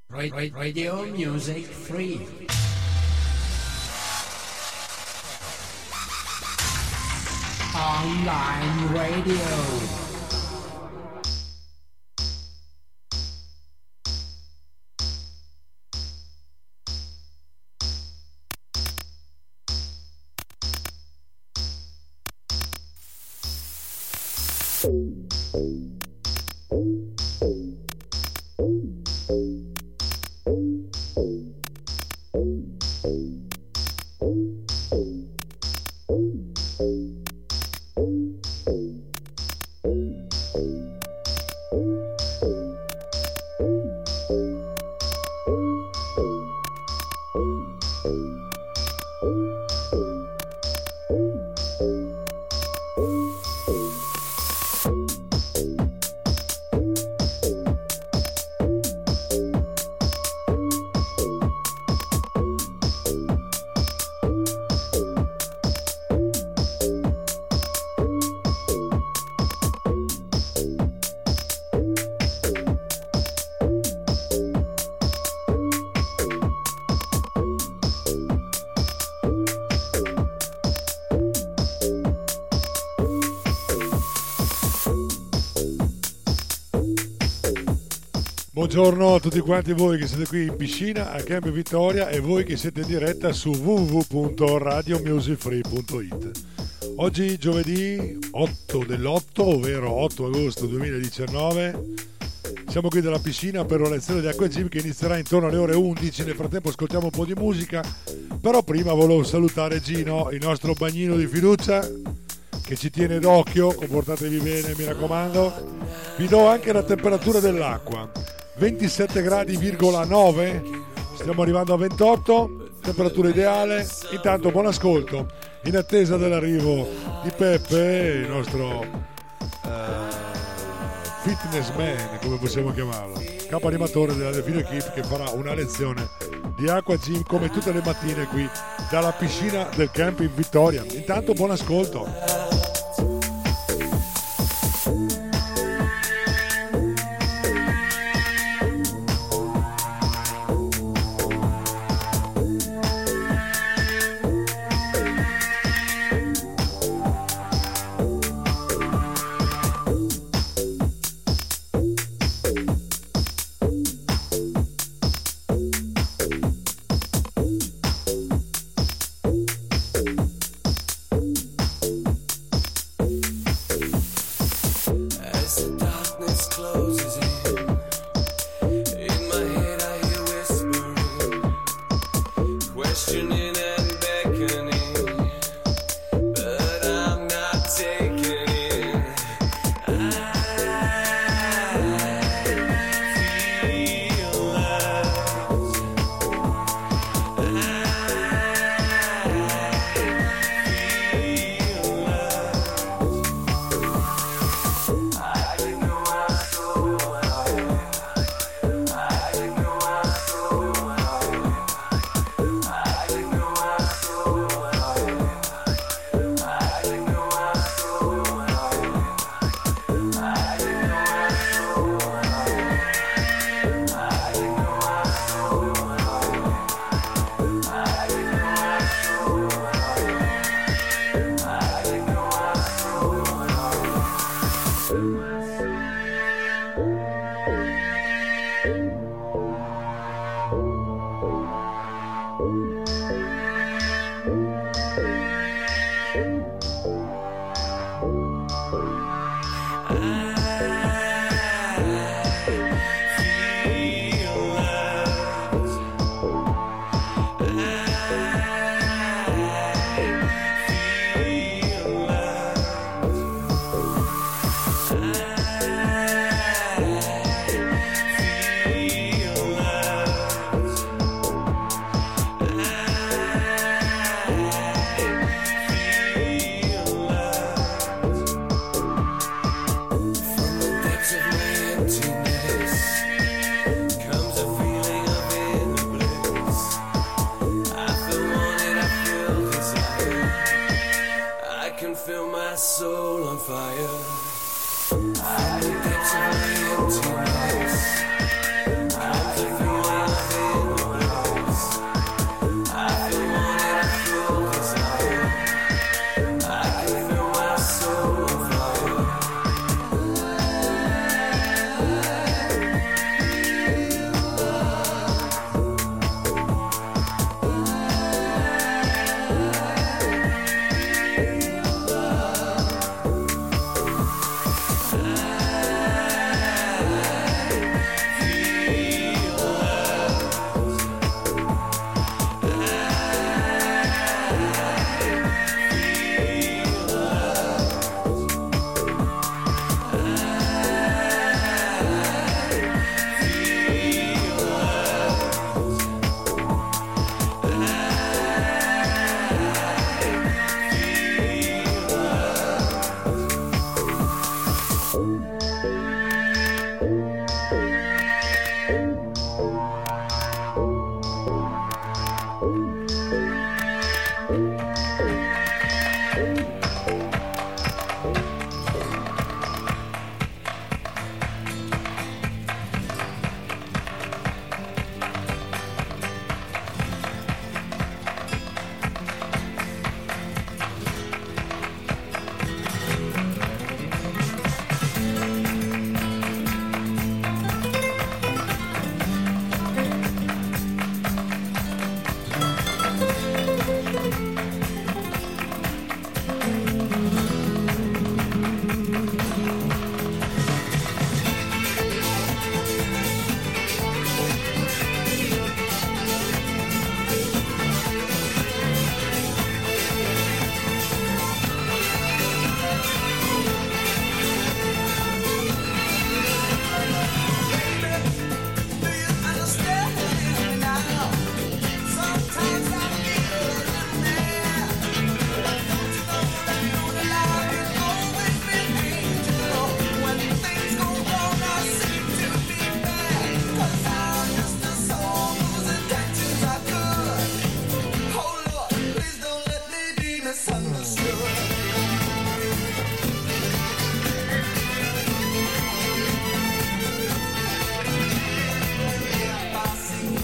Radio Music Free. Online radio. Buongiorno a tutti quanti voi che siete qui in piscina a Camp Vittoria e voi che siete in diretta su www.radiomusicfree.it. Oggi giovedì 8 dell'8, ovvero 8 agosto 2019. Siamo qui dalla piscina per una lezione di Acqua Gym che inizierà intorno alle ore 11. Nel frattempo ascoltiamo un po' di musica, però prima volevo salutare Gino, il nostro bagnino di fiducia, che ci tiene d'occhio. Comportatevi bene, mi raccomando. Vi do anche la temperatura dell'acqua: 27 gradi,9, stiamo arrivando a 28, temperatura ideale. Intanto buon ascolto, in attesa dell'arrivo di Peppe, il nostro fitness man, come possiamo chiamarlo, capo animatore della Delfino Equipe, che farà una lezione di Acqua Gym come tutte le mattine qui dalla piscina del camp in Vittoria. Intanto buon ascolto.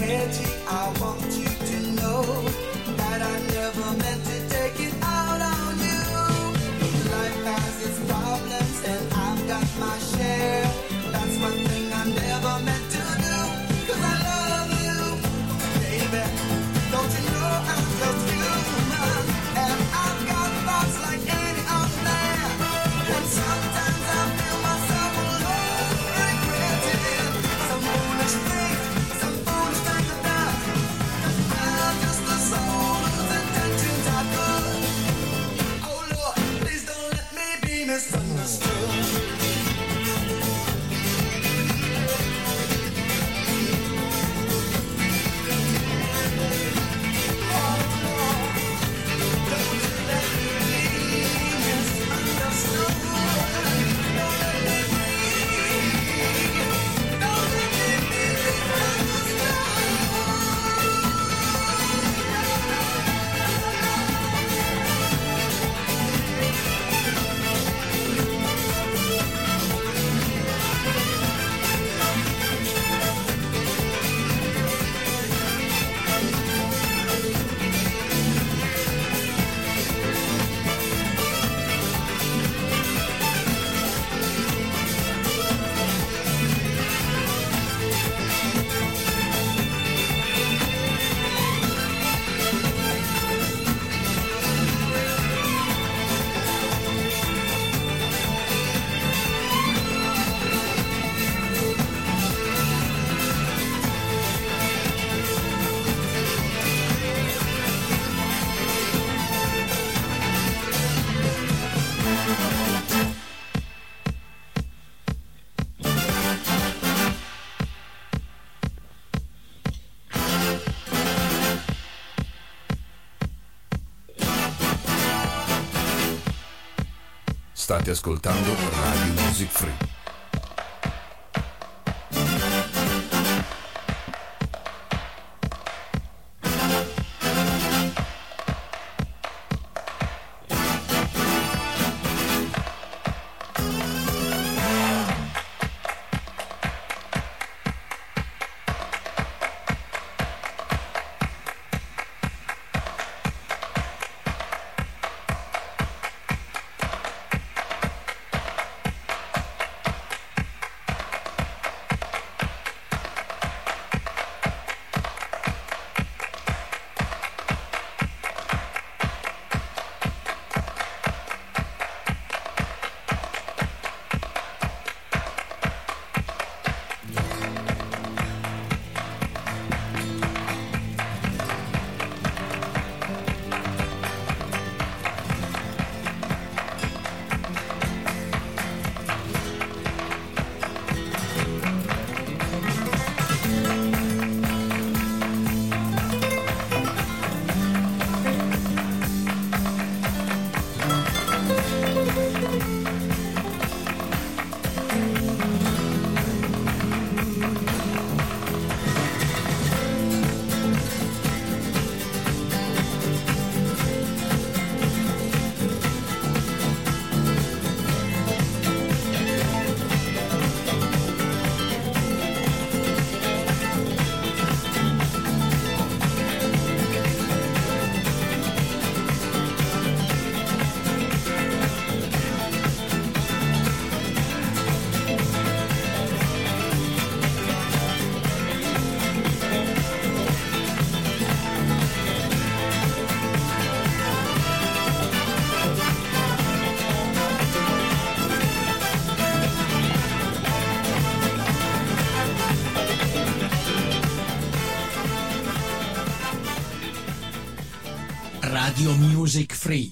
Reggie, I want you to know that I never meant to take it out on you. Life has its problems and I've got my share. That's one thing I never meant to do, 'cause I love you, baby. Don't you know I'm just human, and I've got thoughts like any other man. And sometimes I feel myself alone, regretting some foolish thing I've done. I'm just a soul whose intentions are good. Oh Lord, please don't let me be misunderstood. State ascoltando Radio Music Free. Radio Music Free.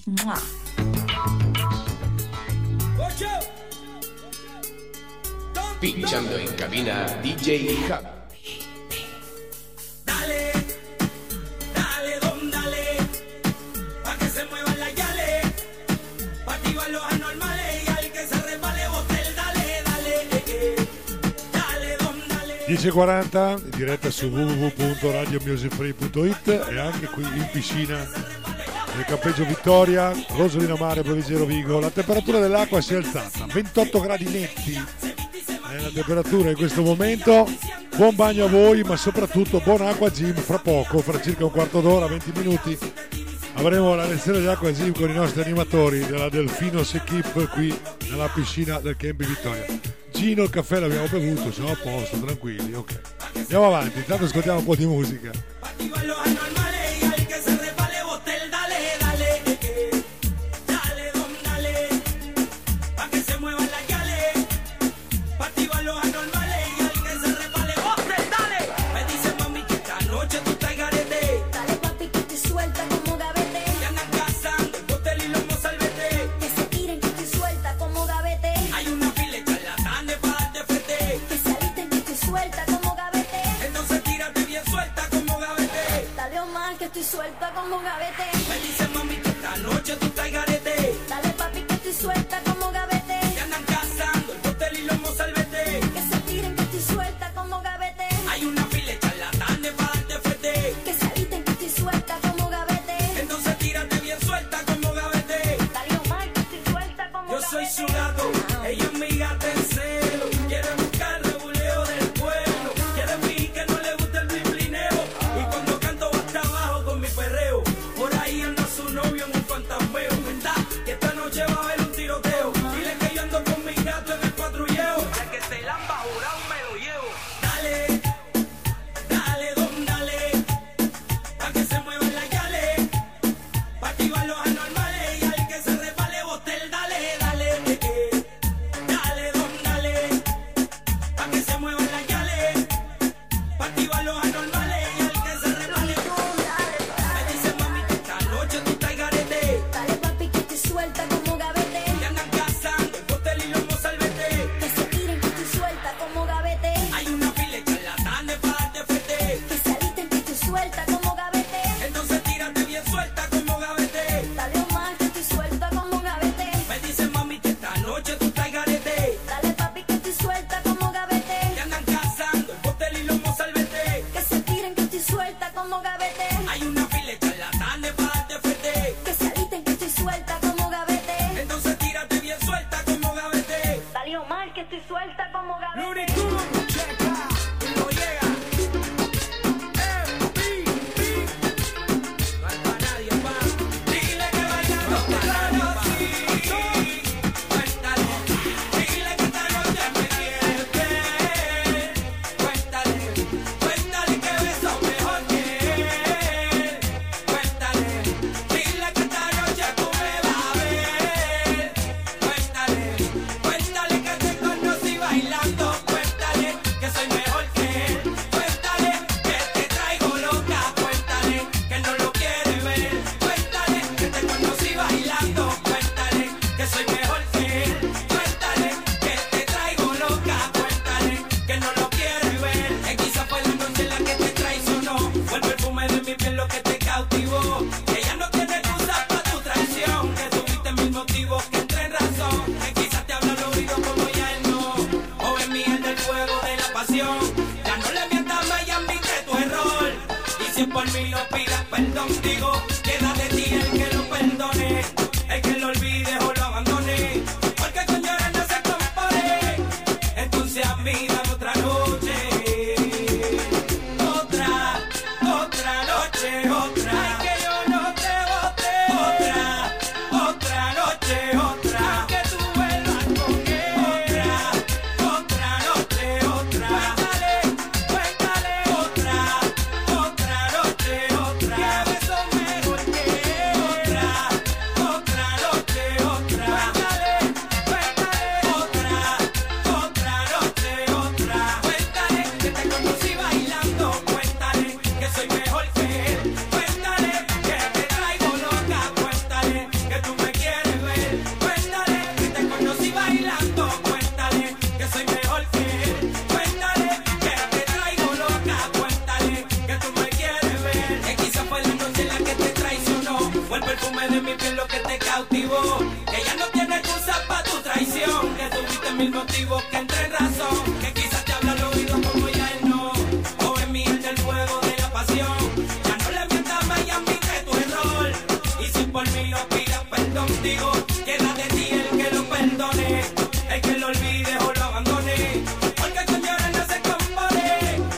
Pinchando en cabina DJ Hub. Dale, 10:40 in diretta su www.radiomusicfree.it e anche qui in piscina nel campeggio Vittoria, Rosolina Mare, Provigero Vigo. La temperatura dell'acqua si è alzata, 28 gradi netti è la temperatura in questo momento. buon bagno a voi, ma soprattutto buon acqua gym. Fra poco, fra circa un quarto d'ora, 20 minuti, avremo la lezione di acqua gym con i nostri animatori della Delfinos Equip qui nella piscina del Camp Vittoria. Gino, il caffè l'abbiamo bevuto, siamo a posto, tranquilli, ok. Andiamo avanti, intanto ascoltiamo un po' di musica. Suelta como gavete. Me dice mami que esta noche tú estás garete. Dale papi que estoy suelta como gavete. Que andan cazando el botel y los mozalbete. Que se tiren que estoy suelta como gavete. Hay una fila de charlatanes para darte fuerte. Que se alisten que estoy suelta como gavete. Entonces tírate bien suelta como gavete. Dale Omar que estoy suelta como gavete. Yo soy su gato, ella es mi gata en celo. Quiere buscar rebuleo del pueblo. Quiere fingir que no le gusta el biblineo. Y cuando canto va hasta abajo con mi perreo. Por ahí anda su novio en un fantasmeo. ¿Verdad? Que esta noche va a haber un tiroteo. Dile que yo ando con mi gato en el patrulleo. Ya que se la han bajurado me lo llevo. Dale, dale, don, dale. Pa' que se muevan las yales. Pa' activar los anormales. Y al que se resbale botel, dale, dale. Dale, don, dale. Pa' que se muevan las yales. Pa' activar los anormales. Y al que se resbale me dice mami que esta noche tú estás garete. Dale papi que estoy suelta como gavete. Que andan cazando el botel y los mozalbete. Que se tiren que estoy suelta como gavete. Hay una fila de charlatanes para darte fuerte. Que se alisten que estoy suelta como gavete. Entonces tírate bien suelta como gavete. Dale Omar que estoy suelta como gavete. Me dice mami que esta noche tú estás garete. Dale papi que estoy suelta como gavete. Que andan cazando el botel y los mozalbete. Que se tiren que estoy suelta como gavete. Hay una fila de charlatanes para darte fuerte. Que se alisten que estoy suelta como gavete. Entonces tírate bien suelta como gavete. Dale Omar que estoy suelta como gavete. Looney Tunes, checa, y no llega. No hay pa' nadie, pa. Dile que bailando claro, sí. Cuéntale. Dile que esta noche me quieres ver. Cuéntale. Cuéntale que beso mejor que él. Cuéntale. Dile que esta noche tú me vas a ver. Cuéntale. Cuéntale que te conocí bailando. Cuéntale que soy mejor que él. Cuéntale que te traigo loca. Cuéntale que no lo quiere ver. Cuéntale que te conocí bailando. Cuéntale que soy mejor que él. Cuéntale que te traigo loca. Cuéntale que no lo quiere ver. Que quizá fue la noche en la que te traicionó. Fue el perfume de mi piel lo que te cautivó. Que ya no tiene excusa para tu traición. Que tuviste mil motivos que entré en razón. Que quizás te habla al oído como ya él no. Joven mía del fuego de la pasión. Ya no le mientas más y admite tu error. Y si por mí lo pidas perdón, digo, queda de ti el que lo perdone. El que lo olvide o lo abandone. Porque con llorar no se compone. Entonces a mí dame otra noche. Otra noche, otra. Ay, que yo no te bote. Otra noche, otra. Que tú vuelvas con él. Otra noche, otra. Cuéntale, otra noche, otra. Que beso mejor que él. Otra noche, otra. Cuéntale, otra noche, otra. Cuéntale que te conocí bailando. Cuéntale que soy mejor que él. Cuéntale que te traigo loca. Cuéntale que tú me quieres ver. Cuéntale que te conocí bailando. Cuéntale que soy mejor que él. Cuéntale que te traigo loca. Cuéntale que tú me quieres ver. Que quizá fue la noche en la que te traicionó. Fue el perfume de mi piel lo que te cautivó. Que ya no tiene excusa para tu traición. Que tuviste mil motivos que entré en razón. Que quizás te habla al oído como ya él no. Joven miel del fuego de la pasión. Ya no le mientas más y admite tu error. Y si por mí lo pidas perdón, digo, queda de ti el que lo perdone. El que lo olvide o lo abandone. Porque con llorar no se compone.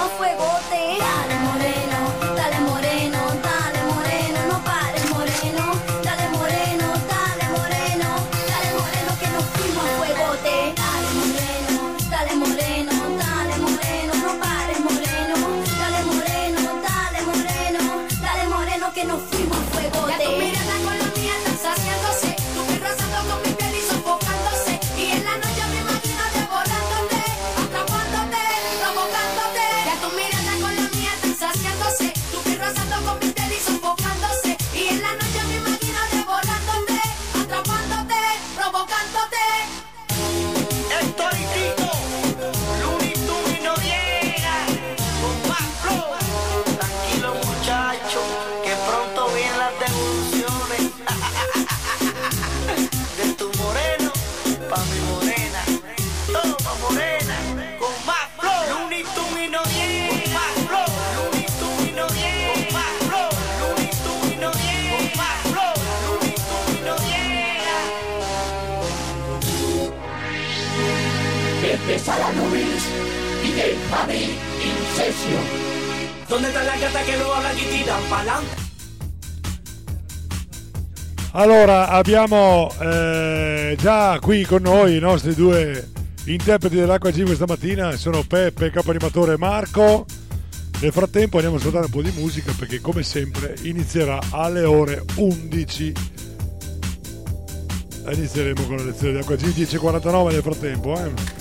a fuegote. Dale moreno, dale moreno, dale moreno, no pares moreno. Dale moreno, dale moreno, dale moreno que nos fuimos a fuegote. Dale moreno, dale moreno, dale moreno, no pares moreno. Dale moreno, dale moreno, dale moreno que nos fuimos a fuegote. Ya tu mirada con la mía están saciándose, tu piel rozando con mi piel y sofocándose. Y en la noche me imagino devorándote, atrapándote, provocándote. Ya tu mirada con la mía están saciándose, tu piel rozando con mi piel y sofocándose. Y en la noche me imagino devorándote, atrapándote, provocándote. Estoy Tito, Looney Tunes y Noriega, con más flow. Tranquilo muchacho, que pronto vienen las devoluciones. De tu moreno pa' mi morena, todo pa' morena, con más flow. Looney Tunes y Noriega, con más flow. Looney Tunes y Noriega, con más flow. Looney Tunes y Noriega, con más flow. Looney Tunes y Noriega. Empieza la Nubis, DJ Javi in session. ¿Dónde están las gatas que no hablan y tiran pa'lante? Allora, abbiamo già qui con noi i nostri due interpreti dell'Acqua G questa mattina, sono Peppe, capo animatore, e Marco. Nel frattempo andiamo a ascoltare un po' di musica perché come sempre inizierà alle ore 11. Inizieremo con la lezione di Acqua G 10:49 nel frattempo.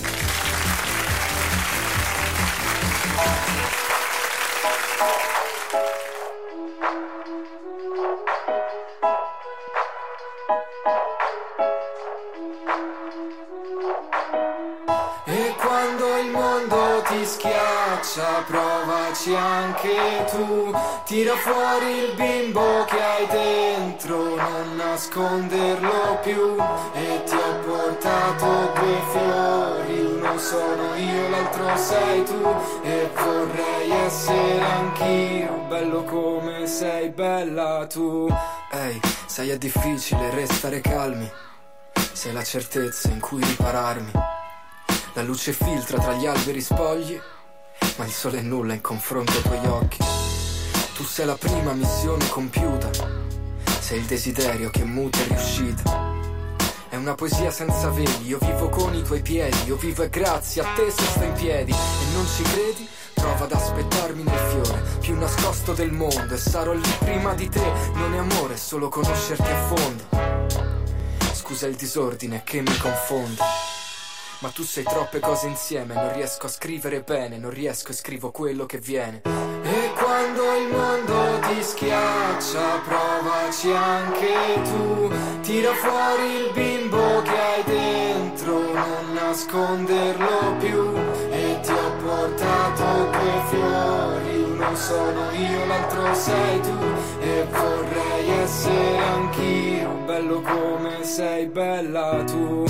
E quando il mondo ti schiaccia, provaci anche tu. Tira fuori il bimbo che hai dentro, non nasconderlo più. E ti ho portato due fiori, uno sono io, l'altro sei tu. E vorrei essere anch'io, bello come sei bella tu. Ehi, sai è difficile restare calmi, sei la certezza in cui ripararmi. La luce filtra tra gli alberi spogli, ma il sole è nulla in confronto ai tuoi occhi. Tu sei la prima missione compiuta, sei il desiderio che muta e riuscita. È una poesia senza veli, io vivo con i tuoi piedi, io vivo e grazie a te se sto in piedi. E non ci credi? Prova ad aspettarmi nel fiore più nascosto del mondo e sarò lì prima di te. Non è amore, è solo conoscerti a fondo. Scusa il disordine che mi confonde, ma tu sei troppe cose insieme, non riesco a scrivere bene, non riesco e scrivo quello che viene. E quando il mondo ti schiaccia, provaci anche tu. Tira fuori il bimbo che hai dentro, non nasconderlo più. E ti ho portato due fiori, uno sono io, l'altro sei tu. E vorrei essere anch'io, bello come sei bella tu.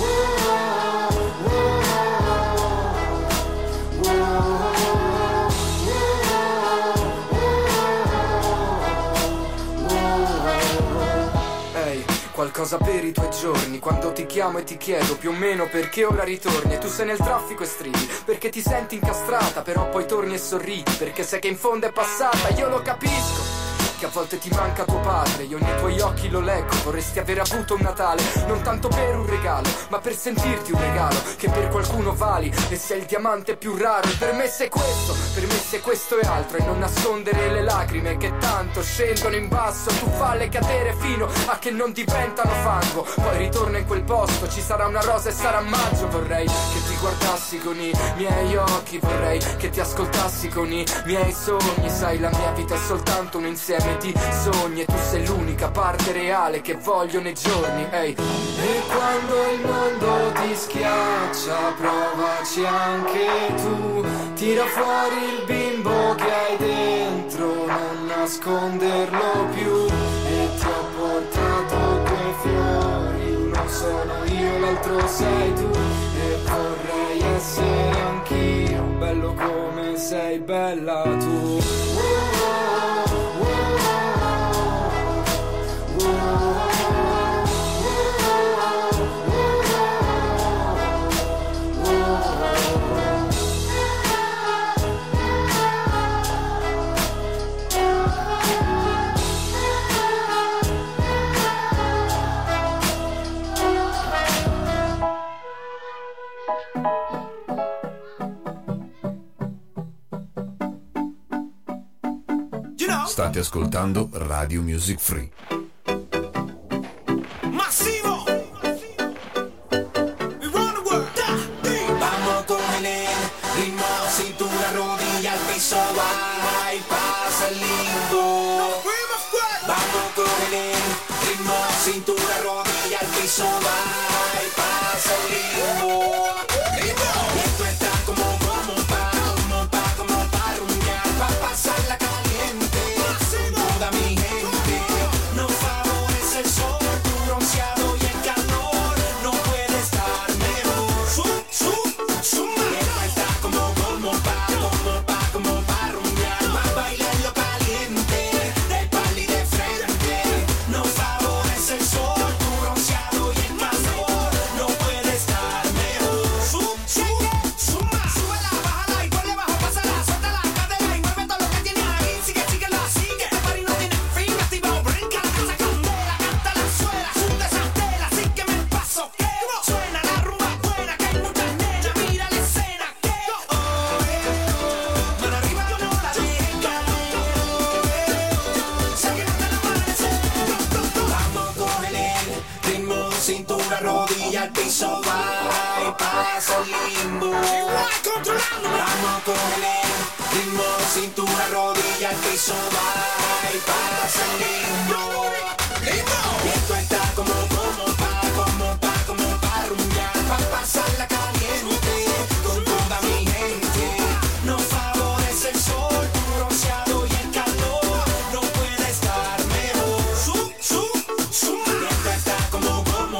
Ehi, qualcosa per i tuoi giorni, quando ti chiamo e ti chiedo più o meno perché ora ritorni. E tu sei nel traffico e stridi, perché ti senti incastrata, però poi torni e sorridi, perché sai che in fondo è passata. Io lo capisco che a volte ti manca tuo padre, io nei tuoi occhi lo leggo, vorresti aver avuto un Natale, non tanto per un regalo, ma per sentirti un regalo, che per qualcuno vali, e sei il diamante più raro, e per me sei questo e altro, e non nascondere le lacrime che tanto scendono in basso, tu falle cadere fino a che non diventano fango, poi ritorna in quel posto, ci sarà una rosa e sarà maggio, vorrei che ti guardassi con i miei occhi, vorrei che ti ascoltassi con i miei sogni, sai la mia vita è soltanto un insieme di sogni e tu sei l'unica parte reale che voglio nei giorni, ehi. E quando il mondo ti schiaccia, provaci anche tu. Tira fuori il bimbo che hai dentro, non nasconderlo più. E ti ho portato due fiori, uno sono io, l'altro sei tu. E vorrei essere anch'io, bello come sei bella tu. State ascoltando Radio Music Free. Massivo. We run the world. Vamos con el ritmo, cintura, rodilla, al piso, va y pasa el limbo. Vamos con el ritmo, cintura, rodilla, al piso, va y pasa el limbo. Esto está como pa rumbear, pa pasarla caliente con toda mi gente. No favorece el sol, tu bronceado y el calor, no puede estar mejor. Esto está como pa rumbear, pa bailarlo caliente, del pali de frente. No favorece el sol, tu bronceado y el calor, no puede estar mejor. Súbela, bájala y ponle bajo, pásala, suelta la cadera y mueve todo lo que tienes ahí. Síguela, sigue, este party no tiene fin, activa, brinca, lanza candela, canta la suela, sube esa tela, sígueme el paso, que suena la rumba buena, que hay muchas nenas, mira la escena, que mano arriba no la dejen caer, seguimos hasta el amanecer. Vamos con el ritmo, cintura, rodilla, al piso, va y pasa el limbo. Vamos con el ritmo, cintura, rodilla, al piso, va y pasa el limbo. Esto está como pa rumbear, pa pasarla caliente con toda mi gente. No favorece el sol, tu bronceado y el calor, no puede estar mejor. Esto está como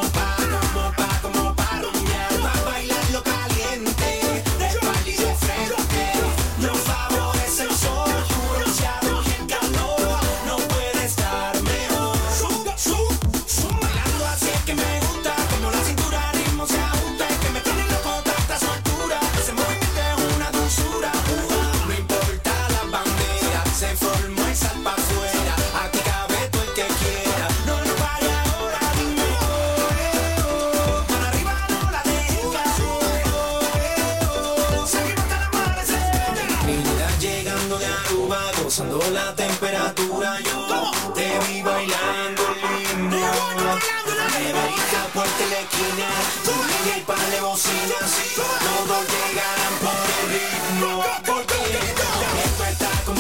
pa rumbear, pa bailarlo caliente, del pali de frente. No favorece el sol, tu bronceado y el calor, no puede estar mejor. Bailando así es que me gusta, como la cintura al ritmo se ajusta, es que me tiene loco tanta soltura, ese movimiento es una dulzura. No importa la bandera, se formó el sal pa' afuera, aquí cabe todo el que quiera. No pare ahora, dime mano arriba no la dejes caer, seguimos hasta el amanecer. Trinidad llegando de Aruba, gozando la temperatura, yo te vi bailando lindo. Neverita, puerta en la esquina, tú y el par de bocinas, todos llegarán por el ritmo, porque esto está como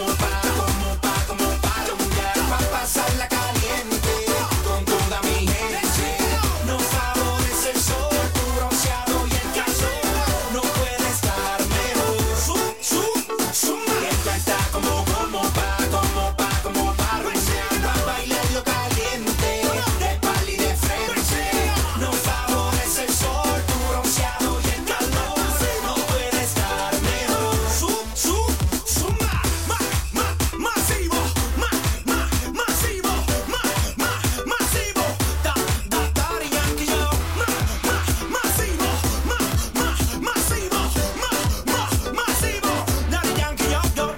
pa rumbear, pa pasarla caliente con toda mi gente. No favorece el sol, tu bronceado y el calor, no puede estar mejor. Esto está como pa rumbear, pa bailarlo caliente, del pali de frente. No favorece el sol, tu bronceado y el calor, no puede estar mejor. Masivo, masivo, Daddy Yankee, yo. Masivo, Daddy Yankee, yo.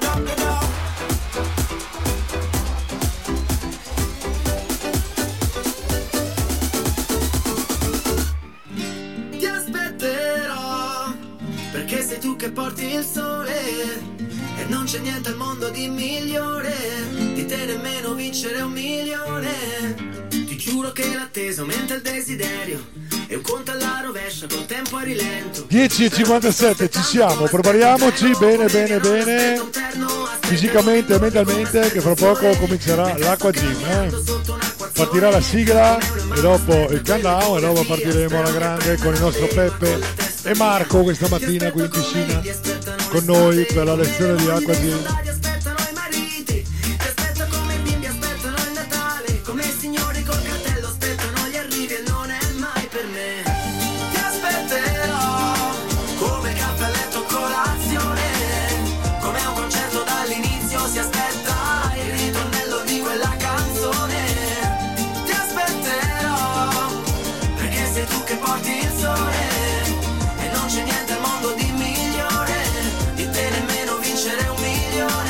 Ti aspetterò, perché sei tu che porti il sole e non c'è niente al mondo di migliore di te, nemmeno vincere 1 milione. Ti giuro che l'attesa aumenta il desiderio e un conto alla rovescia col tempo a rilento. 10:57, ci siamo, prepariamoci bene, fisicamente e mentalmente, che fra poco comincerà l'Acqua Gym. Partirà la sigla e dopo il countdown e dopo partiremo alla grande con il nostro Peppe e Marco questa mattina qui in piscina con noi per la lezione di Acqua Gym. Ti aspettano i mariti, ti aspettano come i bimbi aspettano il Natale, come i signori col cartello aspettano gli arrivi e non è mai per me. Ti aspetterò come il caffè a letto colazione, come a un concerto dall'inizio si aspetta il ritornello di quella canzone. Ti aspetterò perché sei tu che porti il sole e non c'è niente al mondo di migliore di te, nemmeno vincere 1 milione.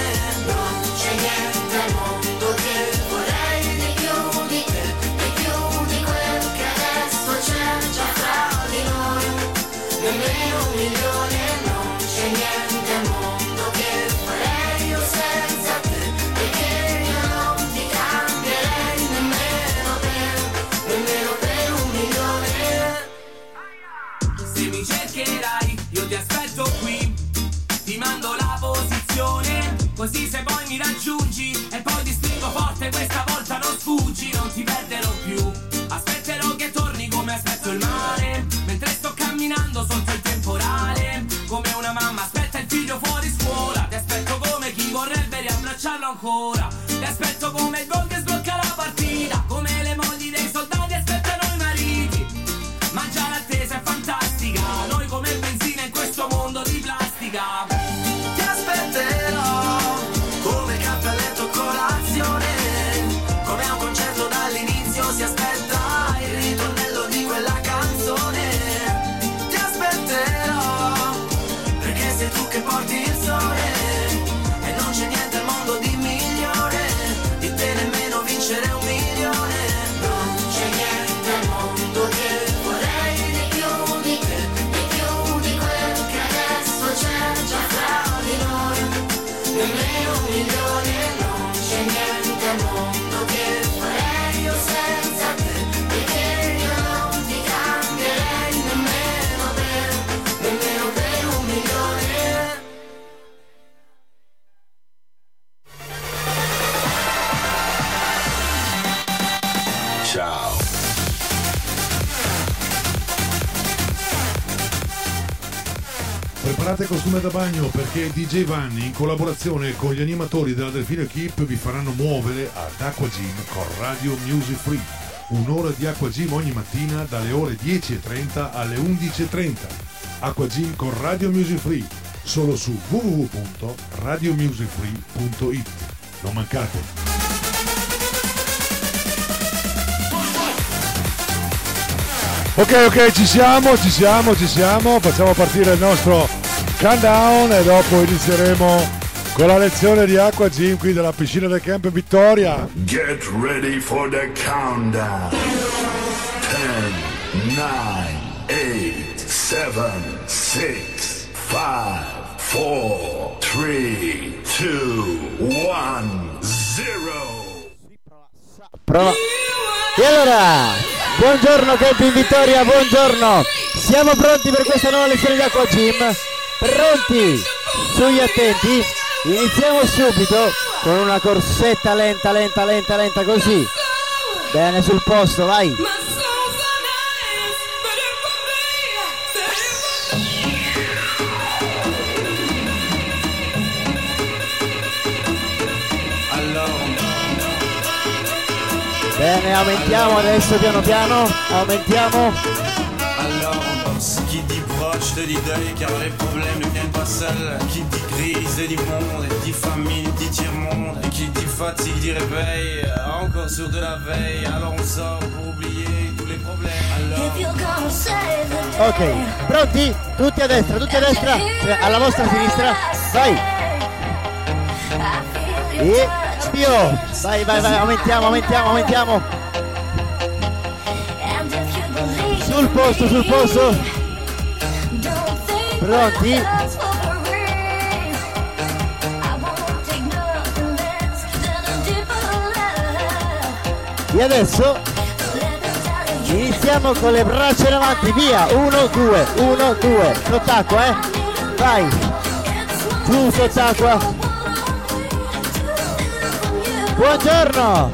posizione, così se poi mi raggiungi e poi ti stringo forte, questa volta non sfuggi, non ti perderò più. Aspetterò che torni come aspetto il mare, mentre sto camminando sotto il temporale, come una mamma aspetta il figlio fuori scuola. Ti aspetto come chi vorrebbe riabbracciarlo ancora, ti aspetto come il gol che sblocca la partita, come le mogli dei soldati aspettano i mariti. Ma già l'attesa è fantastica, noi come benzina in questo mondo di plastica. Ti aspetterò come caffè a letto colazione, come a un concerto dall'inizio si aspetta il ritornello di quella canzone. Ti aspetterò perché sei tu che porti il sole e non c'è niente al mondo di migliore di te, nemmeno vincere 1 milione. Non c'è niente al mondo che vorrei di più di te, di più di quel che adesso c'è già fra di noi, nemmeno 1 milione. Non c'è niente al mondo che farei io senza te, perché io non ti cambierei nemmeno per 1 milione. Ciao. Preparate costume da bagno perché DJ Vanni in collaborazione con gli animatori della Delfino Equipe vi faranno muovere ad Aqua Gym con Radio Music Free. Un'ora di Aqua Gym ogni mattina dalle ore 10:30 alle 11:30. Aqua Gym con Radio Music Free, solo su www.radiomusicfree.it. Non mancate! Ok, ci siamo, facciamo partire il nostro countdown e dopo inizieremo con la lezione di Aqua Gym qui della piscina del Camp Vittoria. Get ready for the countdown. 10, 9, 8, 7, 6, 5, 4, 3, 2, 1, 0. Prova. E allora, buongiorno Camp Vittoria, buongiorno. Siamo pronti per questa nuova lezione di Aqua Gym? Pronti? Sugli attenti. Iniziamo subito con una corsetta lenta così. Bene, sul posto, vai. Bene, aumentiamo adesso piano, aumentiamo. Alors, qui dit proche te dit deuil, car les problèmes ne viennent pas seuls. Qui dit crise dit monde, dit famine dit tiers-monde. Qui dit fatigue dit réveil, encore sur de la veille. Alors on sort pour oublier tous les problèmes. Alors... Ok, pronti? Tutti a destra, cioè alla vostra sinistra, vai. E Pio, vai, aumentiamo. Sul posto. Pronti? E adesso iniziamo con le braccia in avanti, via, 1, 2, sott'acqua, vai, giù sott'acqua. Buongiorno!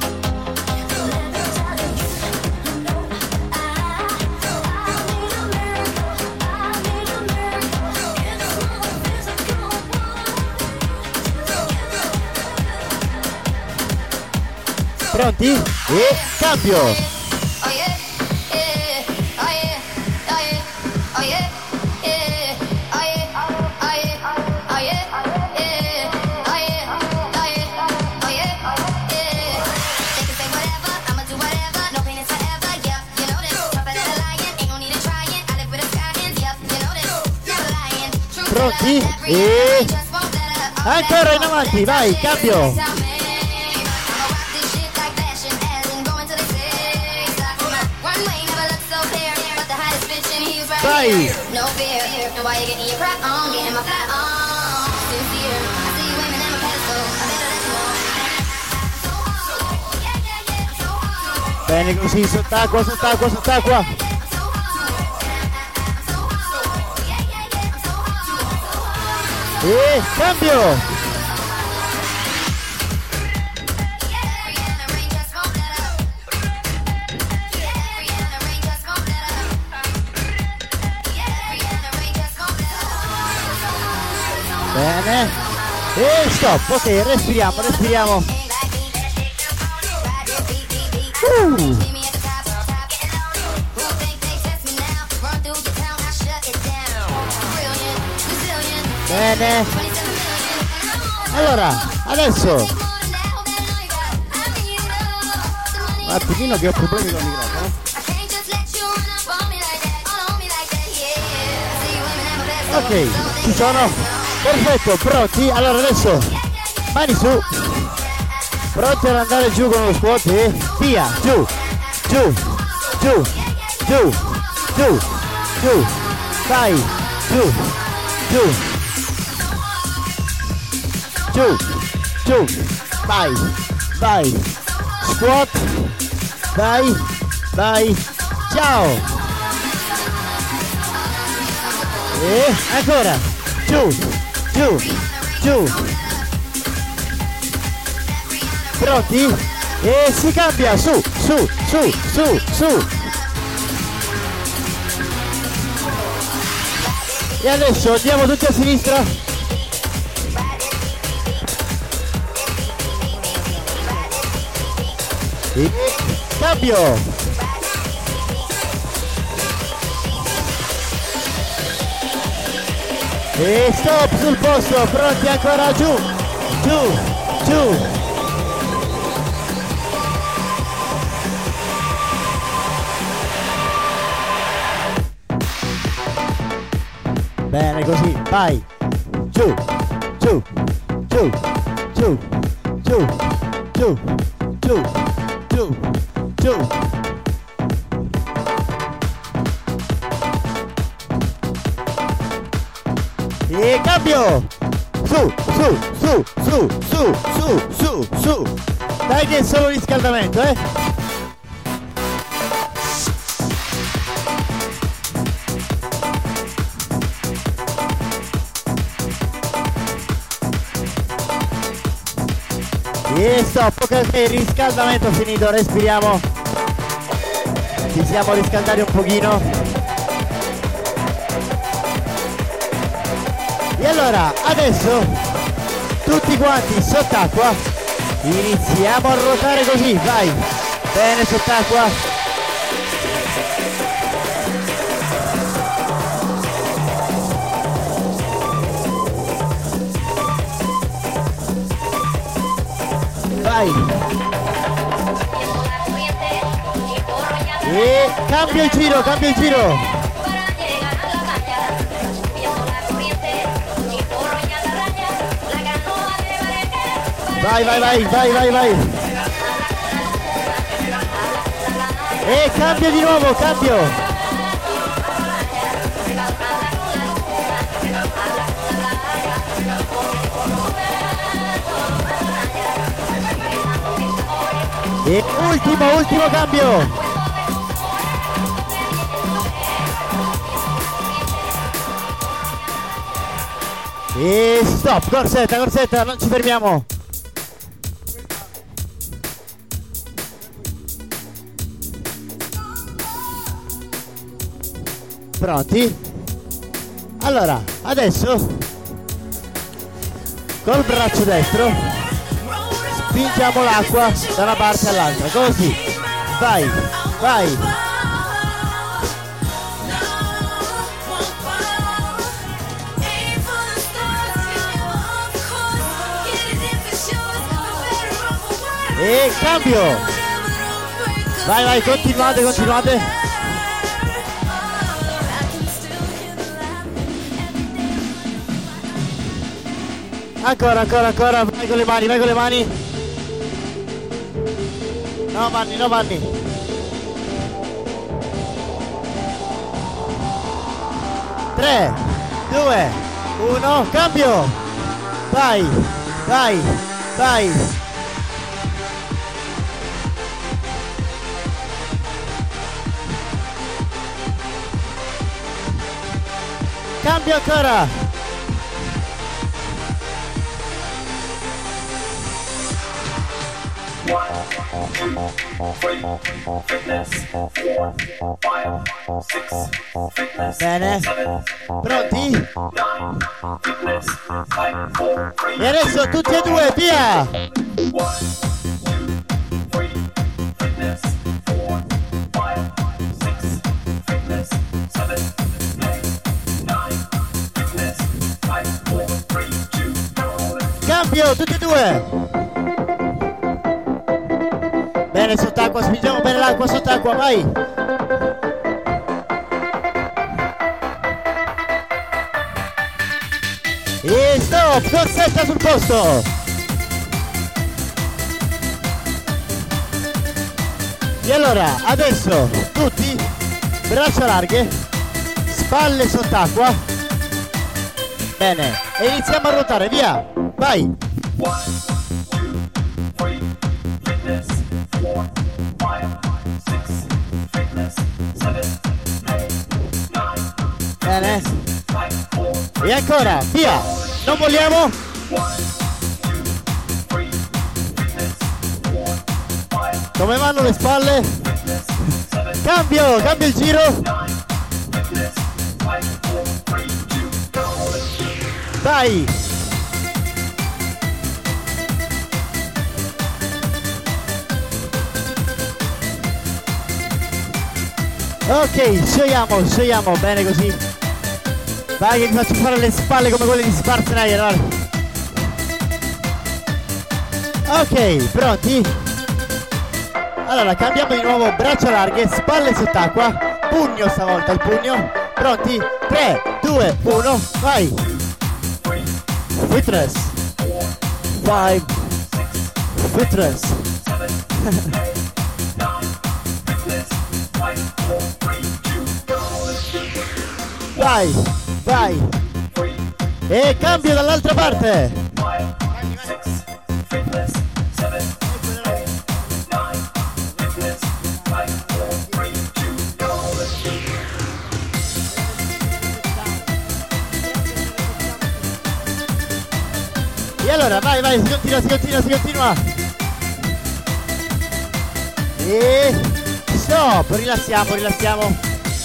Pronti? E cambio! Pronti? E ancora in avanti, vai, cambio! Vai! Bene così, sott'acqua! E cambio. Bene. E stop, ok, respiriamo. Bene. Allora, adesso un attimino che ho problemi con il microfono. Ok, ci sono. Perfetto, pronti? Allora adesso mani su. Pronti ad andare giù con lo squat e via, giù. Vai, giù. Vai. Squat. Vai. Ciao. E ancora. Giù. Pronti? E si cambia, su. E adesso andiamo tutti a sinistra. E cambio. E stop sul posto, pronti ancora giù. Bene così, vai. Giù. E cambio! Su! Dai che è solo riscaldamento, E stop, ok, riscaldamento finito, respiriamo. Ci siamo riscaldati un pochino. E allora, adesso, tutti quanti sott'acqua, iniziamo a ruotare così, vai, bene sott'acqua. Vai. E cambio il giro. Vai. E cambio di nuovo, E ultimo cambio. E stop, corsetta, non ci fermiamo. Pronti? Allora, adesso col braccio destro spingiamo l'acqua da una parte all'altra, così. Vai. E cambio. Vai, continuate. Ancora, vai con le mani. No Vanni. 3, 2, 1, cambio. Vai. Cambio ancora. Bene, pronti? E adesso tutti e due, via! Cambio, tutti e due! Bene, sott'acqua, spingiamo bene l'acqua sott'acqua, vai! E stop, corsetta sul posto! E allora, adesso, tutti, braccia larghe, spalle sott'acqua. Bene, e iniziamo a ruotare, via! Vai! Bene. E ancora, via! Non vogliamo? Come vanno le spalle? Cambio il giro! Vai! Ok, sciogliamo, bene così. Vai che vi faccio fare le spalle come quelle di Schwarzenegger, allora. Ok, pronti? Allora, cambiamo di nuovo, braccia larghe, spalle sott'acqua, pugno stavolta, il pugno. Pronti? 3, 2, 1, vai! Fitness 5 Fitness Vai! E cambio dall'altra parte! E allora, vai, si continua! E stop, rilassiamo!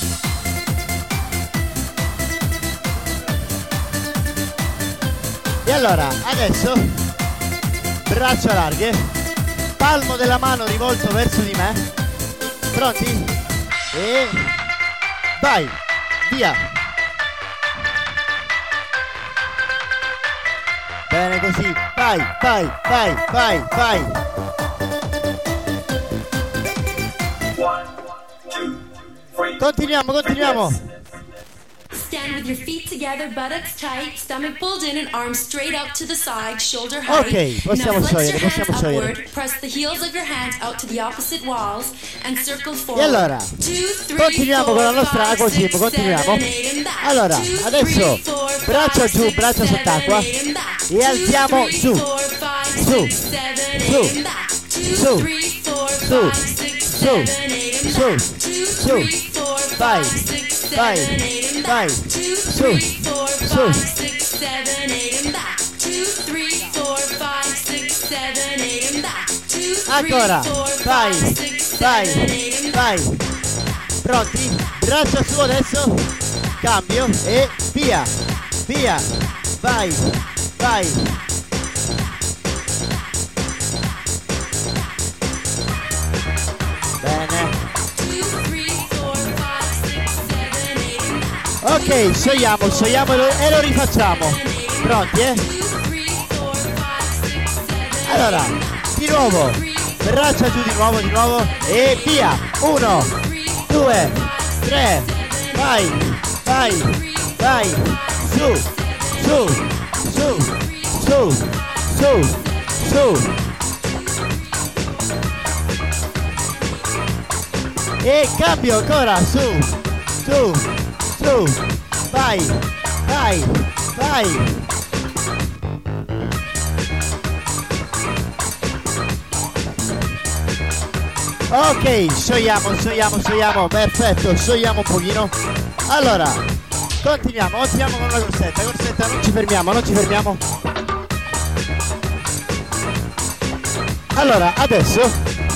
E allora, adesso, braccia larghe, palmo della mano rivolto verso di me, pronti? E vai, via! Bene così, vai! Continuiamo! Stand with your feet together, buttocks tight, stomach pulled in and arms straight out to the side, shoulder height. Ok, possiamo sciogliere. Upward, press the heels of your hands out to the opposite walls and circle forward. E allora, continuiamo con la nostra aqua gym, continuiamo. Allora, adesso braccia giù, braccia sott'acqua e alziamo su. Vai, su. Ancora, vai. Pronti? Braccia su adesso, cambio e via, vai. Bene. Ok, sciogliamo e lo rifacciamo. Pronti, Allora, di nuovo, braccia giù di nuovo e via. 1, 2, 3, vai. Su. E cambio ancora, su. Vai. Ok, sciogliamo, perfetto, sciogliamo un pochino. Allora, continuiamo con la corsetta, non ci fermiamo. Allora, adesso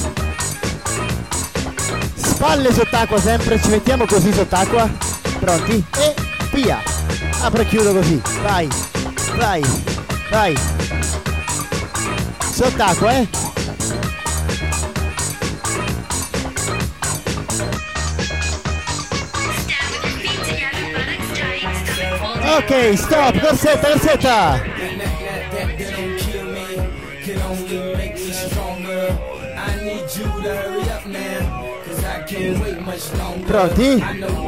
spalle sott'acqua sempre, ci mettiamo così sott'acqua, pronti? E via! Apro e chiudo così, vai, vai, vai! Sott'acqua, Ok, stop, corsetta, corsetta! Pronti?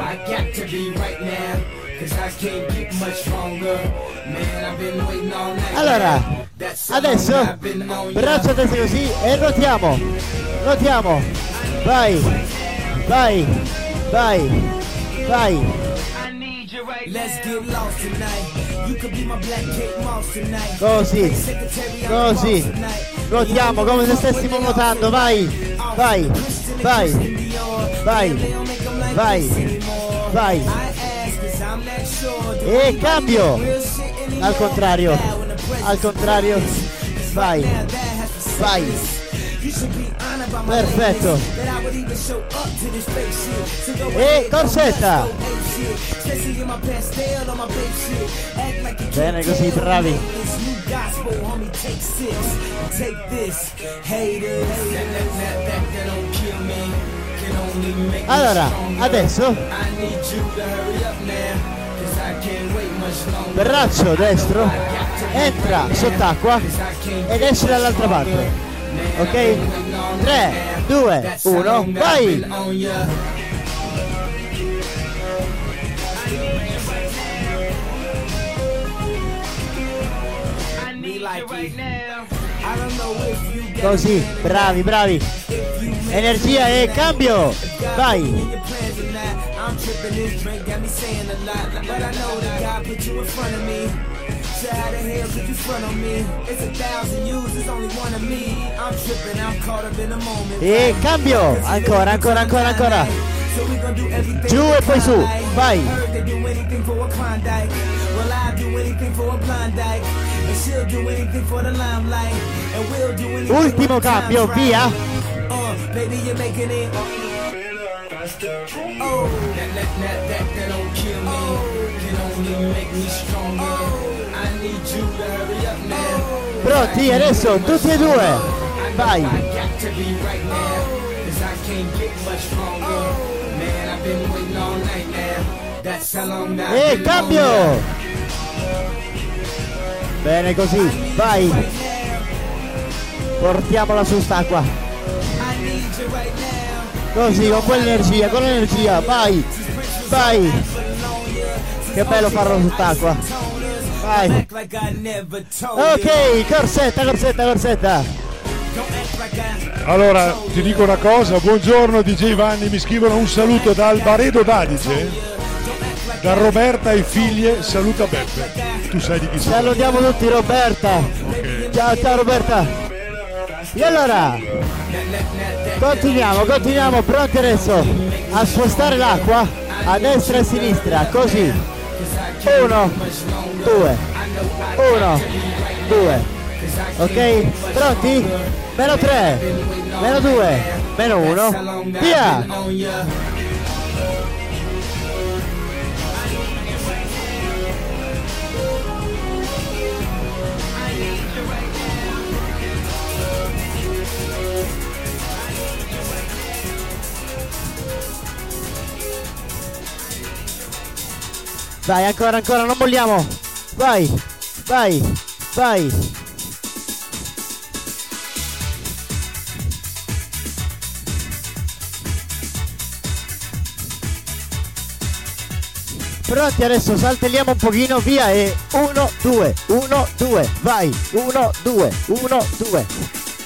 Allora, adesso braccia a destra così e ruotiamo, ruotiamo, vai, vai, vai, vai. Così, così, ruotiamo come se stessimo nuotando, vai, vai, vai, vai, vai, vai. E cambio, al contrario, vai, vai, perfetto. E corsetta. Bene così, bravi. Allora, adesso braccio destro entra sott'acqua ed esce dall'altra parte. Ok? 3, 2, 1, vai! Così, bravi, bravi. Energia e cambio. Vai. E cambio. Ancora, ancora, ancora, ancora. Giù e poi su. Vai. Ultimo cambio, via. Pronti? Adesso tutti e due. Vai. E cambio. Bene così, vai. Portiamola su st'acqua. Così, con quell'energia, con l'energia, vai, vai. Che bello farlo sott'acqua. Vai. Ok, corsetta, corsetta, corsetta. Allora, ti dico una cosa, buongiorno DJ Vanni, mi scrivono un saluto dal Baredo d'Adige. Da Roberta e figlie, saluta Beppe. Tu sai di chi sei. Salutiamo tutti Roberta. Okay. Ciao, ciao Roberta. E allora, continuiamo, pronti adesso a spostare l'acqua a destra e a sinistra, così. 1, 2, 1, 2. Ok? Pronti? Meno 3, meno 2, meno 1. Via! Dai, ancora, ancora, non molliamo. Vai, vai, vai. Pronti, adesso saltelliamo un pochino, via e 1, 2, 1, 2, vai, 1, 2, 1, 2.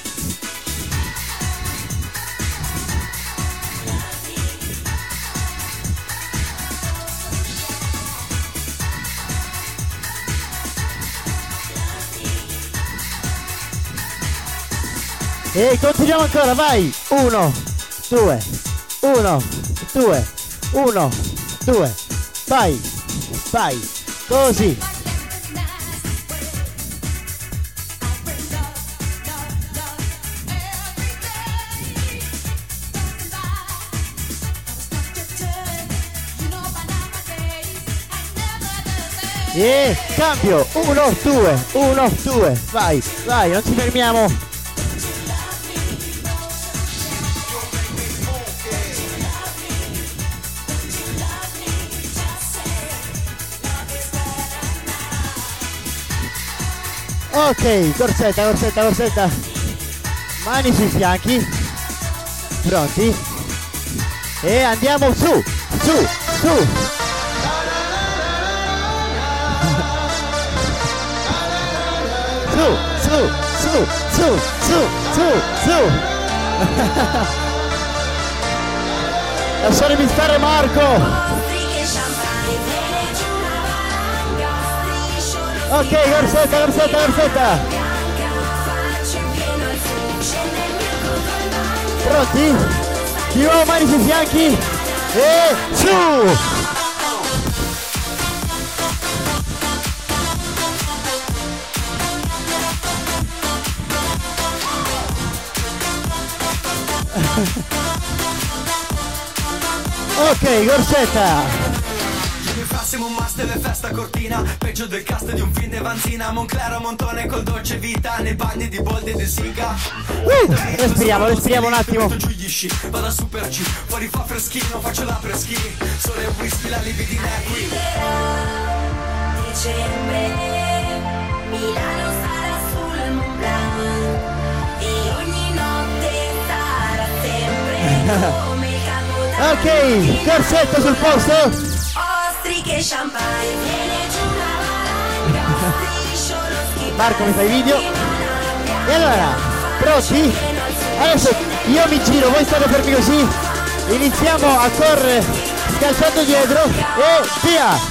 E continuiamo ancora, vai! 1, 2, 1, 2, 1, 2, vai, vai, così. E cambio, 1, 2, 1, 2, vai, vai, non ci fermiamo. Ok, corsetta, corsetta, corsetta. Mani sui fianchi. Pronti? E andiamo su, su, su. Su, su, su, su, su, su, su. Lasciatemi stare, Marco. Ok, corsetta, corsetta, corsetta. Pronti? Di nuovo mani sui fianchi. E su. Ok, corsetta. Siamo un master e festa cortina, peggio del cast di un film di Vanzina, Monclero, Montone col dolce vita, nei bagni di Boldi e di Siga. Respiriamo, respiriamo un attimo. Giù gli sci, vado a Super G, fuori fa freschino, faccio la preschi, sole e whisky, la libidina è qui. Dicembre, Milano sarà sul Mont Blanc e ogni notte sarà sempre come Capodanno. Ok, corsetta sul posto. Ostriche, champagne, viene giù una valanga, striscio lo schifo. Marco, mi fai video? E allora, pronti? Adesso io mi giro, voi state fermi così. Iniziamo a correre scalciando dietro e via!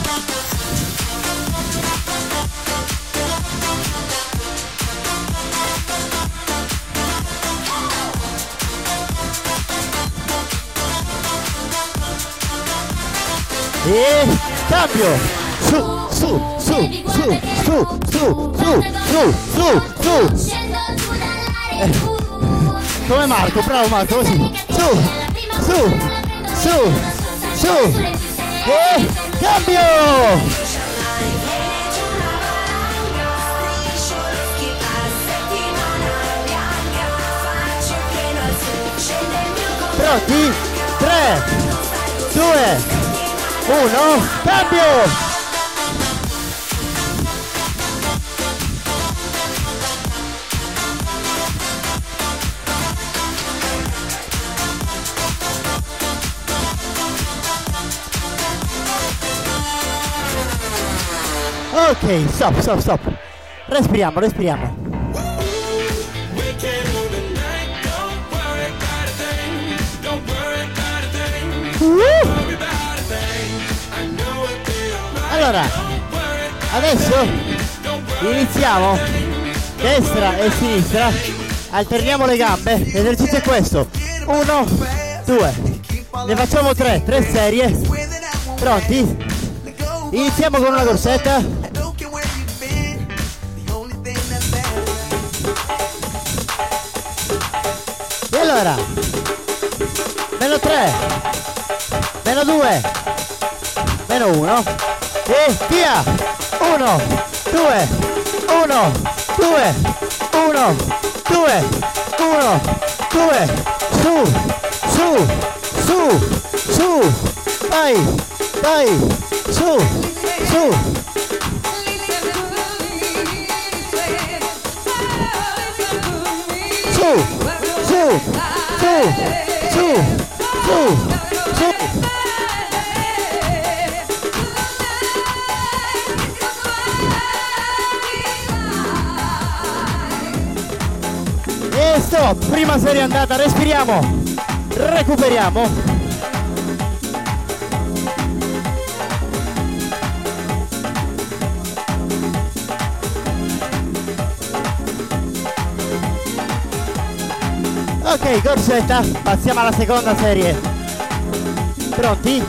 E cambio, su, su, su, su, su, su, su, su, su, su. Come Marco, bravo Marco, così, su, su, su, su, e cambio. Pronti? 3, 2, 1, cambio! Ok, stop, stop, stop. Respiriamo, respiriamo. Allora, adesso iniziamo destra e sinistra, alterniamo le gambe, l'esercizio è questo, 1, 2, ne facciamo 3 serie, pronti? Iniziamo con una corsetta, e allora, meno 3, meno 2, meno 1, e via! 1, 2, 1, 2, 1, 2, 1, 2, su, su, su, su, vai, vai, su, su. Su, su, su, su, su, su. E stop, prima serie andata, respiriamo, recuperiamo. Ok, corsetta, passiamo alla seconda serie. Pronti?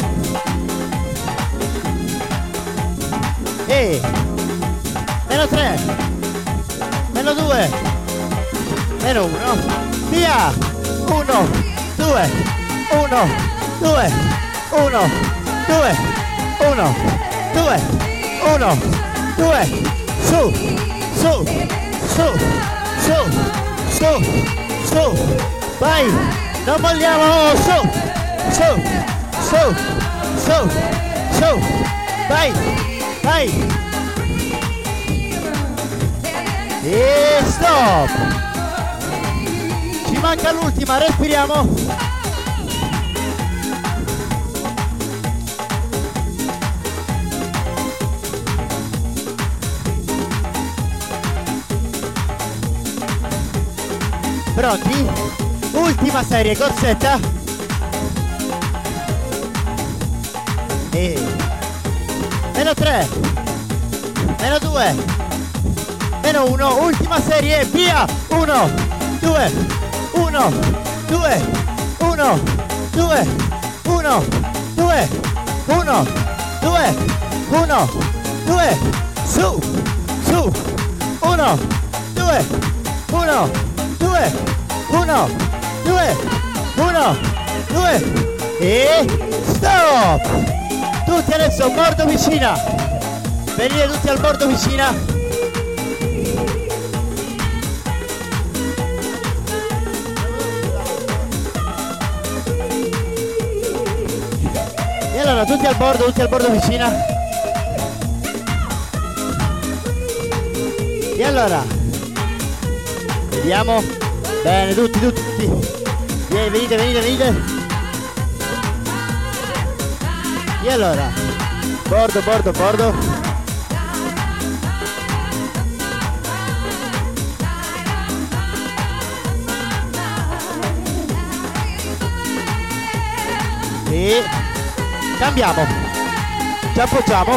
E meno 3, meno 2, meno 1, via! 1, 2, 1, 2, 1, 2, 1, 2, 1, 2, su, su, su, su, su, su, vai, non molliamo, su, su, su, su, su, vai, vai, e stop, ci manca l'ultima, respiriamo. Pronti? Ultima serie, corsetta. E meno 3, meno 2, meno 1, ultima serie, via! 1, 2, 1, 2, 1, 2, 1, 2, 1, 2, 1, 2, su, su, 1, 2, 1, 2, 1, 2, 1, 2 e stop! Tutti adesso bordo vicina, venite tutti al bordo vicina. E allora tutti al bordo vicina. E allora vediamo. Bene, tutti. Venite. E allora, bordo. E cambiamo. Ci appoggiamo.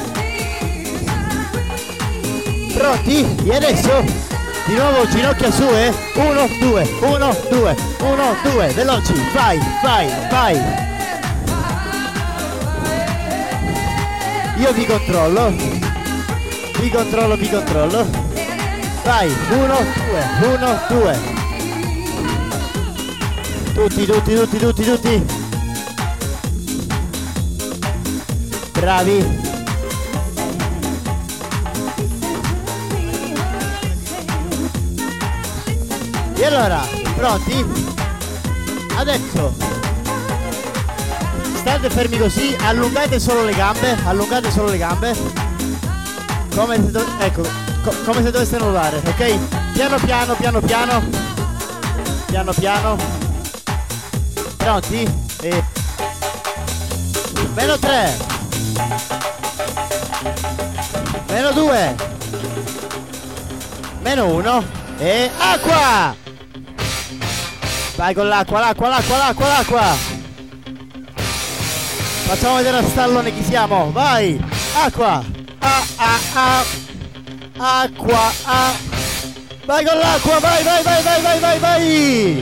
Pronti? E adesso di nuovo ginocchia su, 1, 2, 1, 2, 1, 2, veloci, vai. Io vi controllo. Vai, 1, 2. Tutti. Bravi. E allora, pronti? Adesso state fermi così, allungate solo le gambe, come se, come se doveste nuotare, ok? Piano piano. Pronti? E meno 3, meno 2, meno 1 e acqua! Vai con l'acqua. Facciamo vedere a stallone chi siamo, vai! Acqua! Acqua! Vai con l'acqua, vai!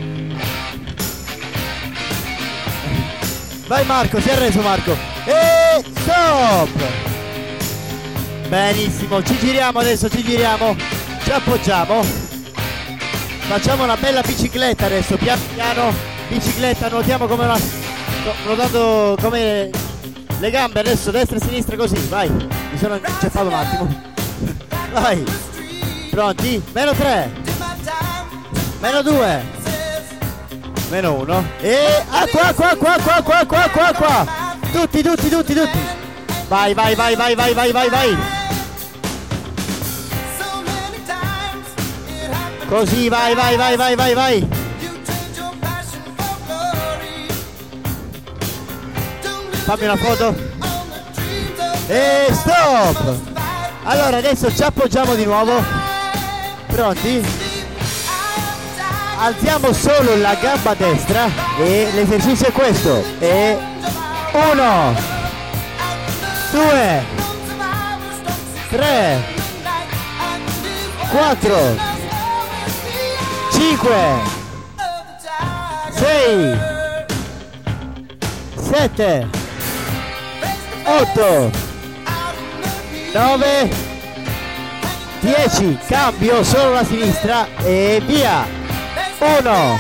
Vai Marco, si è arreso Marco! E stop! Benissimo, ci giriamo adesso, ci appoggiamo. Facciamo una bella bicicletta adesso, piano, bicicletta, nuotiamo nuotando come le gambe adesso, destra e sinistra così, vai, mi sono inceppato un attimo, vai, pronti, meno 3, meno 2, meno 1 e acqua, tutti, vai, così, vai. Fammi una foto. E stop! Allora adesso ci appoggiamo di nuovo. Pronti? Alziamo solo la gamba destra e l'esercizio è questo. E 1, 2, 3, 4, 5, 6, 7, 8, 9, 10, cambio solo la sinistra e via. 1,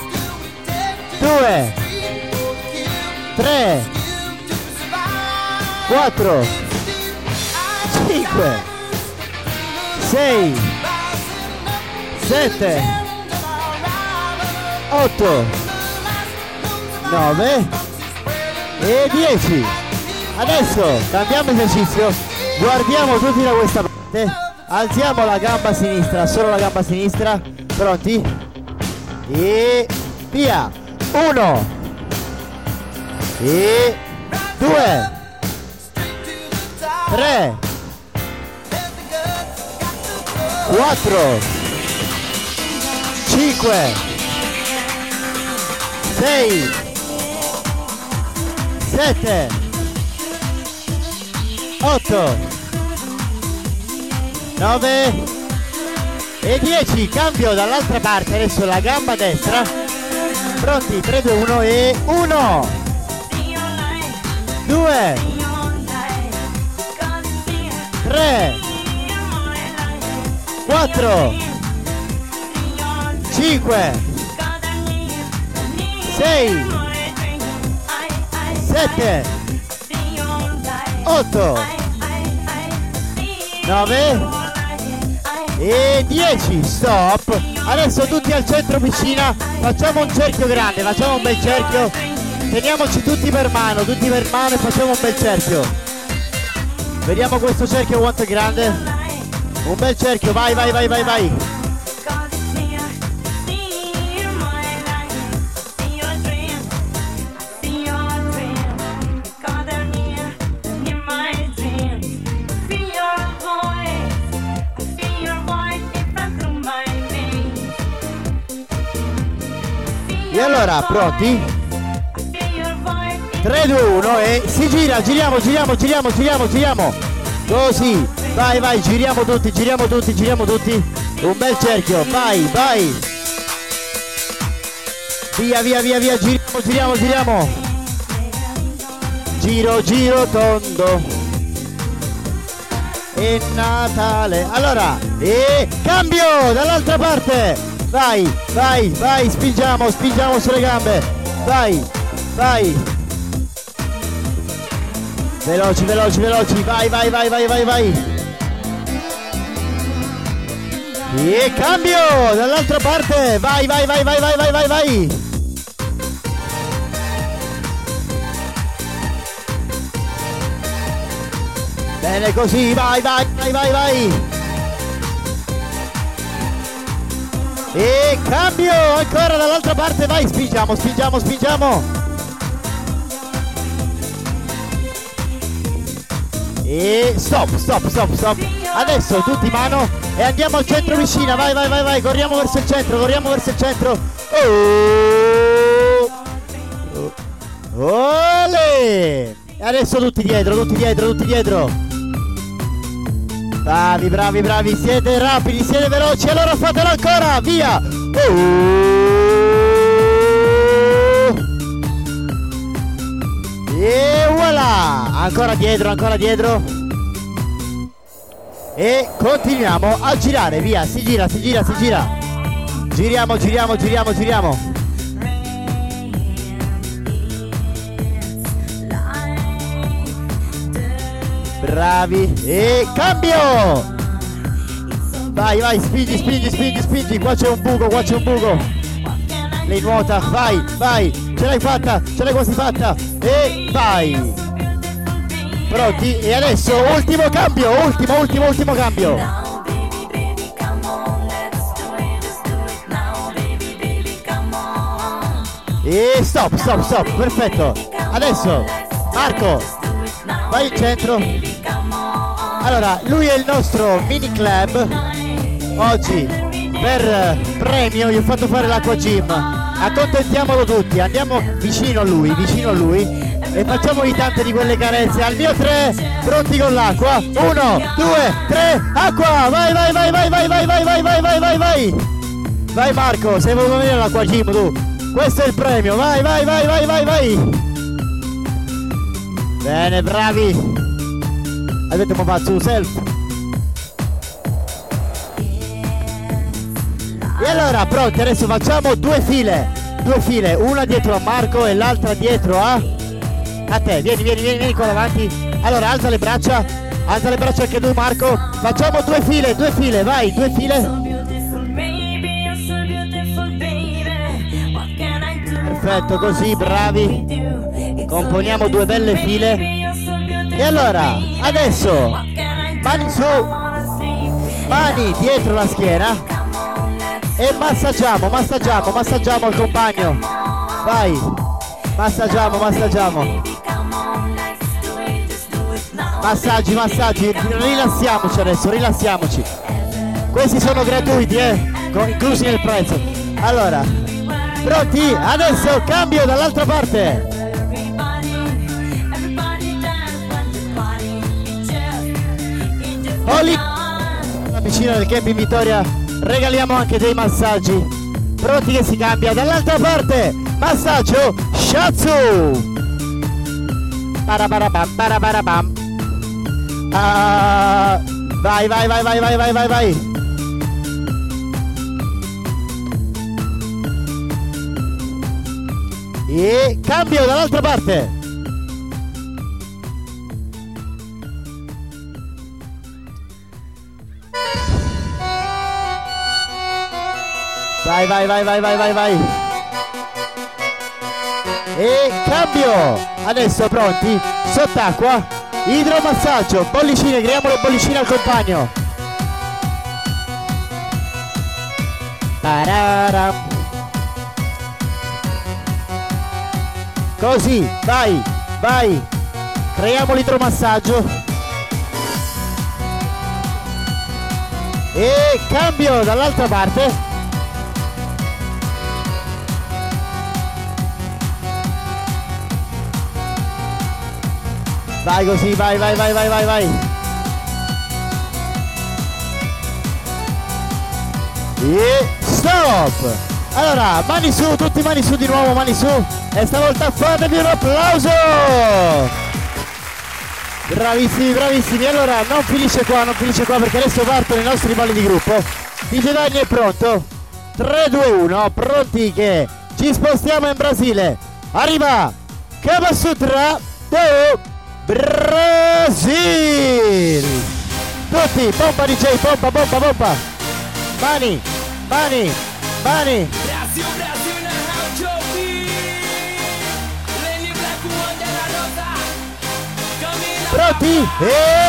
2, 3, 4, 5, 6, 7, 8, 9 e 10. Adesso cambiamo esercizio, guardiamo tutti da questa parte, alziamo la gamba sinistra, solo la gamba sinistra, pronti? E via! 1 e 2 3 4 5 6 7 8 9 e 10. Cambio dall'altra parte, adesso la gamba destra, pronti? 3, 2, 1 e 1 2 3 4 5 6 7 8 9 e 10. Stop. Adesso tutti al centro piscina, facciamo un cerchio grande, facciamo un bel cerchio, teniamoci tutti per mano e facciamo un bel cerchio. Vediamo questo cerchio quanto è grande. Un bel cerchio, vai vai vai vai vai. E allora, pronti? 3, 2, 1 e si gira, giriamo. Così, vai, giriamo tutti. Un bel cerchio, vai. Via, giriamo. Giro tondo. È Natale. Allora, e cambio dall'altra parte. Vai, spingiamo sulle gambe. Vai. Veloci, vai. E cambio dall'altra parte. Vai. Bene così, vai. E cambio ancora dall'altra parte, vai, spingiamo. E stop. Adesso tutti mano e andiamo al centro vicina, vai, corriamo verso il centro. Olè! E adesso tutti dietro. Bravi, siete rapidi, siete veloci, allora fatelo ancora, via! E voilà! Ancora dietro. E continuiamo a girare, via, si gira. Giriamo. Bravi, e cambio! Vai, spingi, qua c'è un buco. Lei nuota, vai, ce l'hai quasi fatta, e vai! Pronti? E adesso ultimo cambio. E stop, perfetto. Adesso Marco, vai in centro. Allora, lui è il nostro mini club. Oggi per premio gli ho fatto fare l'acqua gym. Accontentiamolo tutti, andiamo vicino a lui e facciamogli tante di quelle carezze. Al mio 3, pronti con l'acqua. 1, 2, 3, acqua! Vai! Vai Marco, sei voluto venire all'acqua gym tu. Questo è il premio, vai! Bene, bravi! Avete fatto un self. E allora, pronti, adesso facciamo due file, una dietro a Marco e l'altra dietro a te. Vieni con avanti. Allora, alza le braccia Alza le braccia anche lui, Marco. Facciamo due file, vai, 2 file. Perfetto, così, bravi. Componiamo 2 belle file. E allora, adesso, mani su, mani dietro la schiena e massaggiamo il compagno. Vai, massaggiamo. Massaggi, rilassiamoci adesso, Questi sono gratuiti, inclusi nel prezzo. Allora, pronti? Adesso cambio dall'altra parte. Oli, alla piscina del Camping Vittoria regaliamo anche dei massaggi. Pronti che si cambia dall'altra parte. Massaggio Shatsu. Parabarabam. Vai. E cambio dall'altra parte. Vai. E cambio. Adesso pronti? Sott'acqua. Idromassaggio. Bollicine, creiamo le bollicine al compagno. Pararam. Così, vai. Creiamo l'idromassaggio. E cambio dall'altra parte. Vai così, vai. E stop! Allora, mani su, tutti mani su di nuovo, mani su. E stavolta fatevi un applauso! Bravissimi. Allora, non finisce qua perché adesso partono i nostri balli di gruppo. DJ Dani è pronto? 3, 2, 1, pronti che ci spostiamo in Brasile. Arriva Kama Sutra do Brasil! Tutti, pompa DJ, pompa! Mani! Brasil na house, Lenny Black, Wanda Rosa. Pronti? E...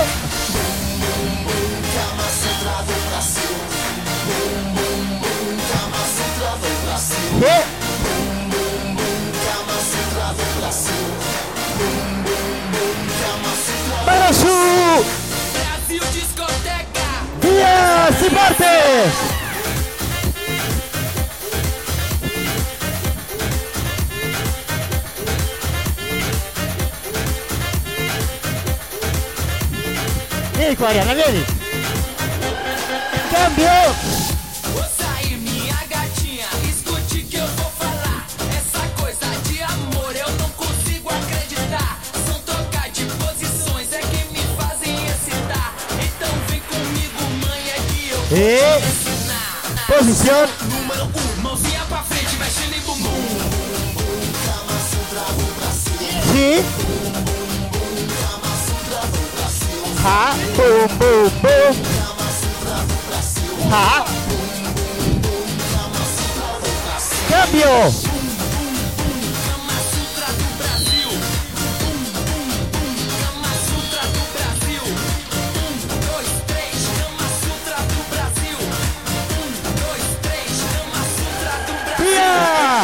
Mano su! Brasil discoteca! Via! Si parte! Vieni qua, Ariana, vieni! Cambio! Vou sair, minha gatinha, escute que eu vou falar. Essa coisa de amor eu não consigo acreditar. São trocar de posições é que me fazem excitar. Então vem comigo, mãe, é que eu vou E... te ensinar. Posição. Número 1, mãozinha pra frente, mexe em bumbum. Sim. Ha, boom, boom, boom. Ha. Cambio. Kama Sutra do Brasil. Kama Sutra do Brasil. 1, 2, 3, Kama Sutra do Brasil. 1, 2, 3, Kama Sutra do Brasil. Via.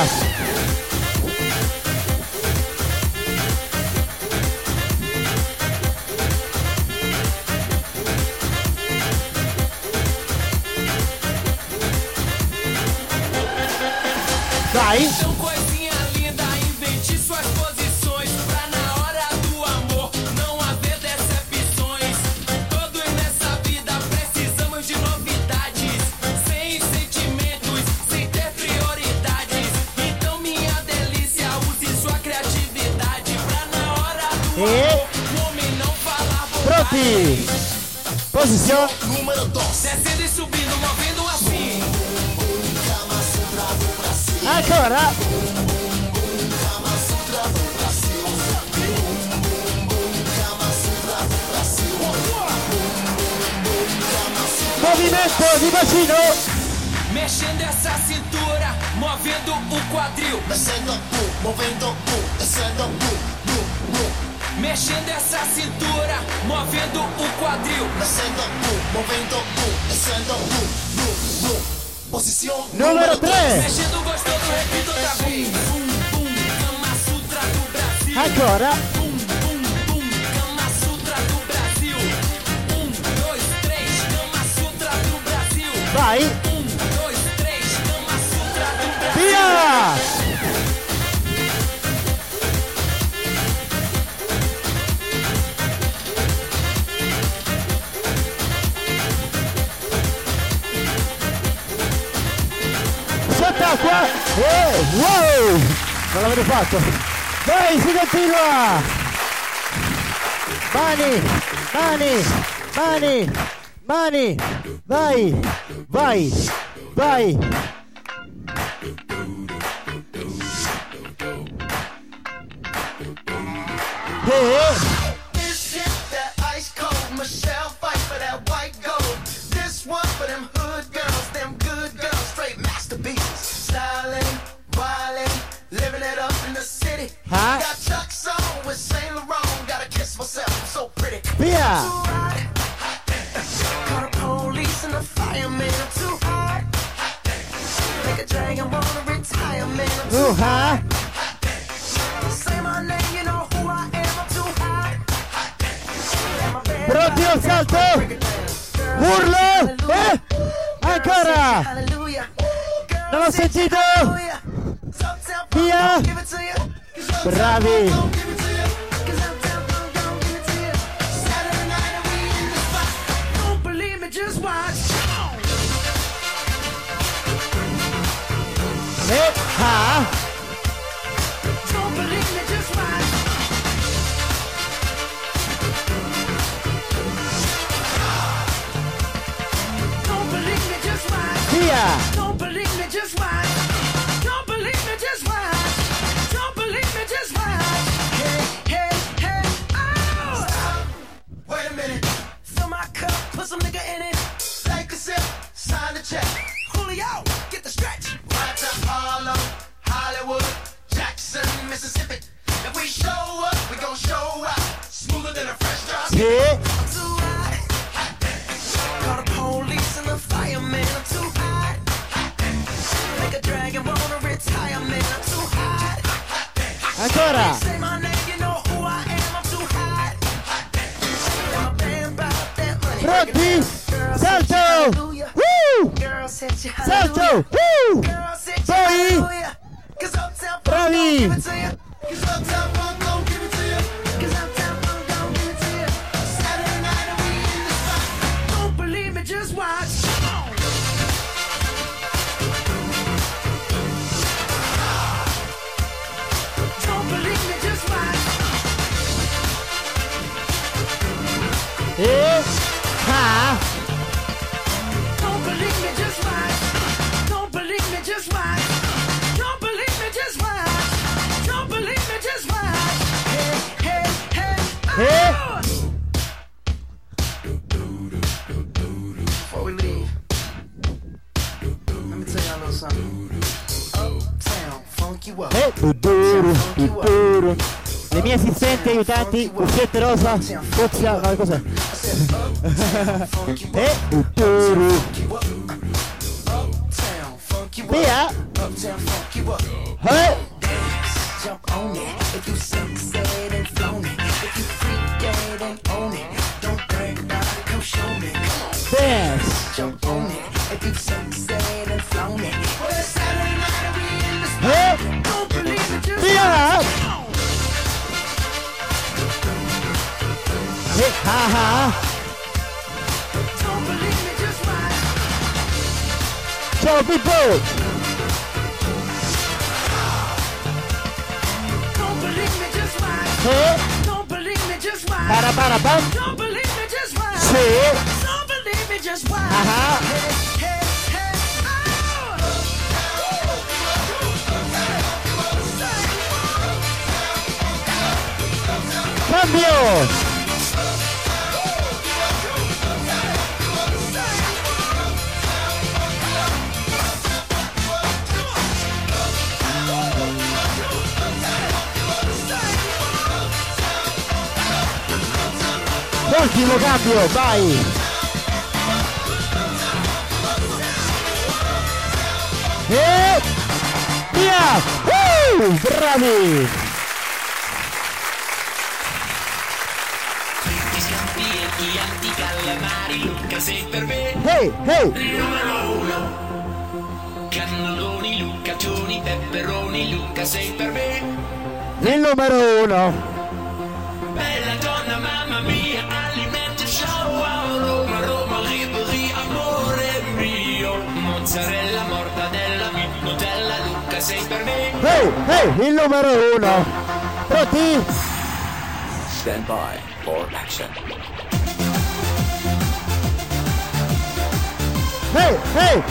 Vai. Então, coisinha linda, invente suas posições pra na hora do amor não haver decepções. Todos nessa vida precisamos de novidades, sem sentimentos, sem ter prioridades. Então, minha delícia, use sua criatividade pra na hora do amor o homem não falar bobagem. Pronti. Posição. Número 2. Descendo e subindo, movendo assim. Ancora. movimento di bacino. Mexendo essa cintura, movendo o quadril. Descendo, movendo, descendo, Mexendo essa cintura, movendo o quadril. Descendo, movendo, descendo, posição número 3. Mexendo gostoso, repito outra vez. Kama Sutra do Brasil. Ancora. Kama Sutra do Brasil. 1, 2, 3, Kama Sutra do Brasil. Vai. 1, 2, 3, Kama Sutra do Brasil. Via! Sott'acqua! Wow! Non l'avete fatto! Vai, si continua! Mani! Mani! Mani! Mani! Vai! Vai! Vai! This hit that ice cold Michelle fight for that white gold. This one for them hood girls, them good girls, straight masterpieces. Styling, wildin', living it up in the city. Huh? Got Chuck's on with Saint Laurent. Gotta kiss myself, I'm so pretty. Via! Too hot. Call the police and the fireman. I'm too hot. Make a dragon wanna retire, man. I'm too hot. Say my name, you know who I am. I'm too hot. Pronti al salto! Urlo! Ancora! Non ho sentito! Via! Bravi! Don't believe me, just watch. Don't believe me, just watch. Don't believe me, just watch. Via! Don't believe me, just watch. Don't believe me, just watch. Don't believe me, just watch. Hey, hey, hey, oh! Stop. Wait a minute. Fill my cup, put some nigga in it. Take a sip, sign the check. Julio, get the stretch. Right to Harlem, Hollywood, Jackson, Mississippi. If we show up, we gon' show out. Smoother than a fresh drop. Yeah. I'm too hot. Call the police and the fireman. I'm too hot. Make a dragon wanna retire, man. I'm too hot. Ancora! Say my name, you know who I am. I'm too hot. And my band bought that money. Pronti? Salto! Woo! Girls hit you, Salto! hallelujah. Woo! Girls hit you, Poi! hallelujah. 'Cause Uptown Funk Bravi! gon' give it to you. 'Cause Uptown Funk gon' give it to you. 'Cause Uptown Funk gon' give it to you. Saturday night and we in the spot. Don't believe me, just watch. Don't believe me, just watch. Don't believe me, just watch. Don't believe me, just watch. Don't believe me, just watch. Don't believe me, just watch. Hey, hey, hey, oh! Before we leave, let me tell y'all a little something. Uptown, funk you up. Le mie assistenti aiutanti, cuffiette rosa, fucsia, no, cos'è? Via! Jump on it if you succeed and flown it. If you freak dead and own it. Don't brag about it, come show me. Dance! Jump on it if you succeed and flown it. Well, it's Saturday night and we in the spot. Don't believe it, just Via! don't believe me, just watch. Ciao people! Don't believe me, just watch. Don't believe me, just watch. Paraparapam. Don't believe me, just watch. Sì. Don't believe me, just watch. Ah. Hey, hey, hey, Cambio! Ultimo cambio, vai! E via! Bravi! Gli scampi e gli anticalamari, Luca sei per me. Hey, hey! Il numero uno. Cannelloni, lucaccioni, pepperoni, Luca sei per me. Il numero uno. Bella donna, mamma mia, alimento show. Roma, Roma, liberi, amore mio. Mozzarella, mortadella, Nutella, Luca sei per me. Hey, hey! Il numero uno. Pronti? Stand by for action. Hey, hey!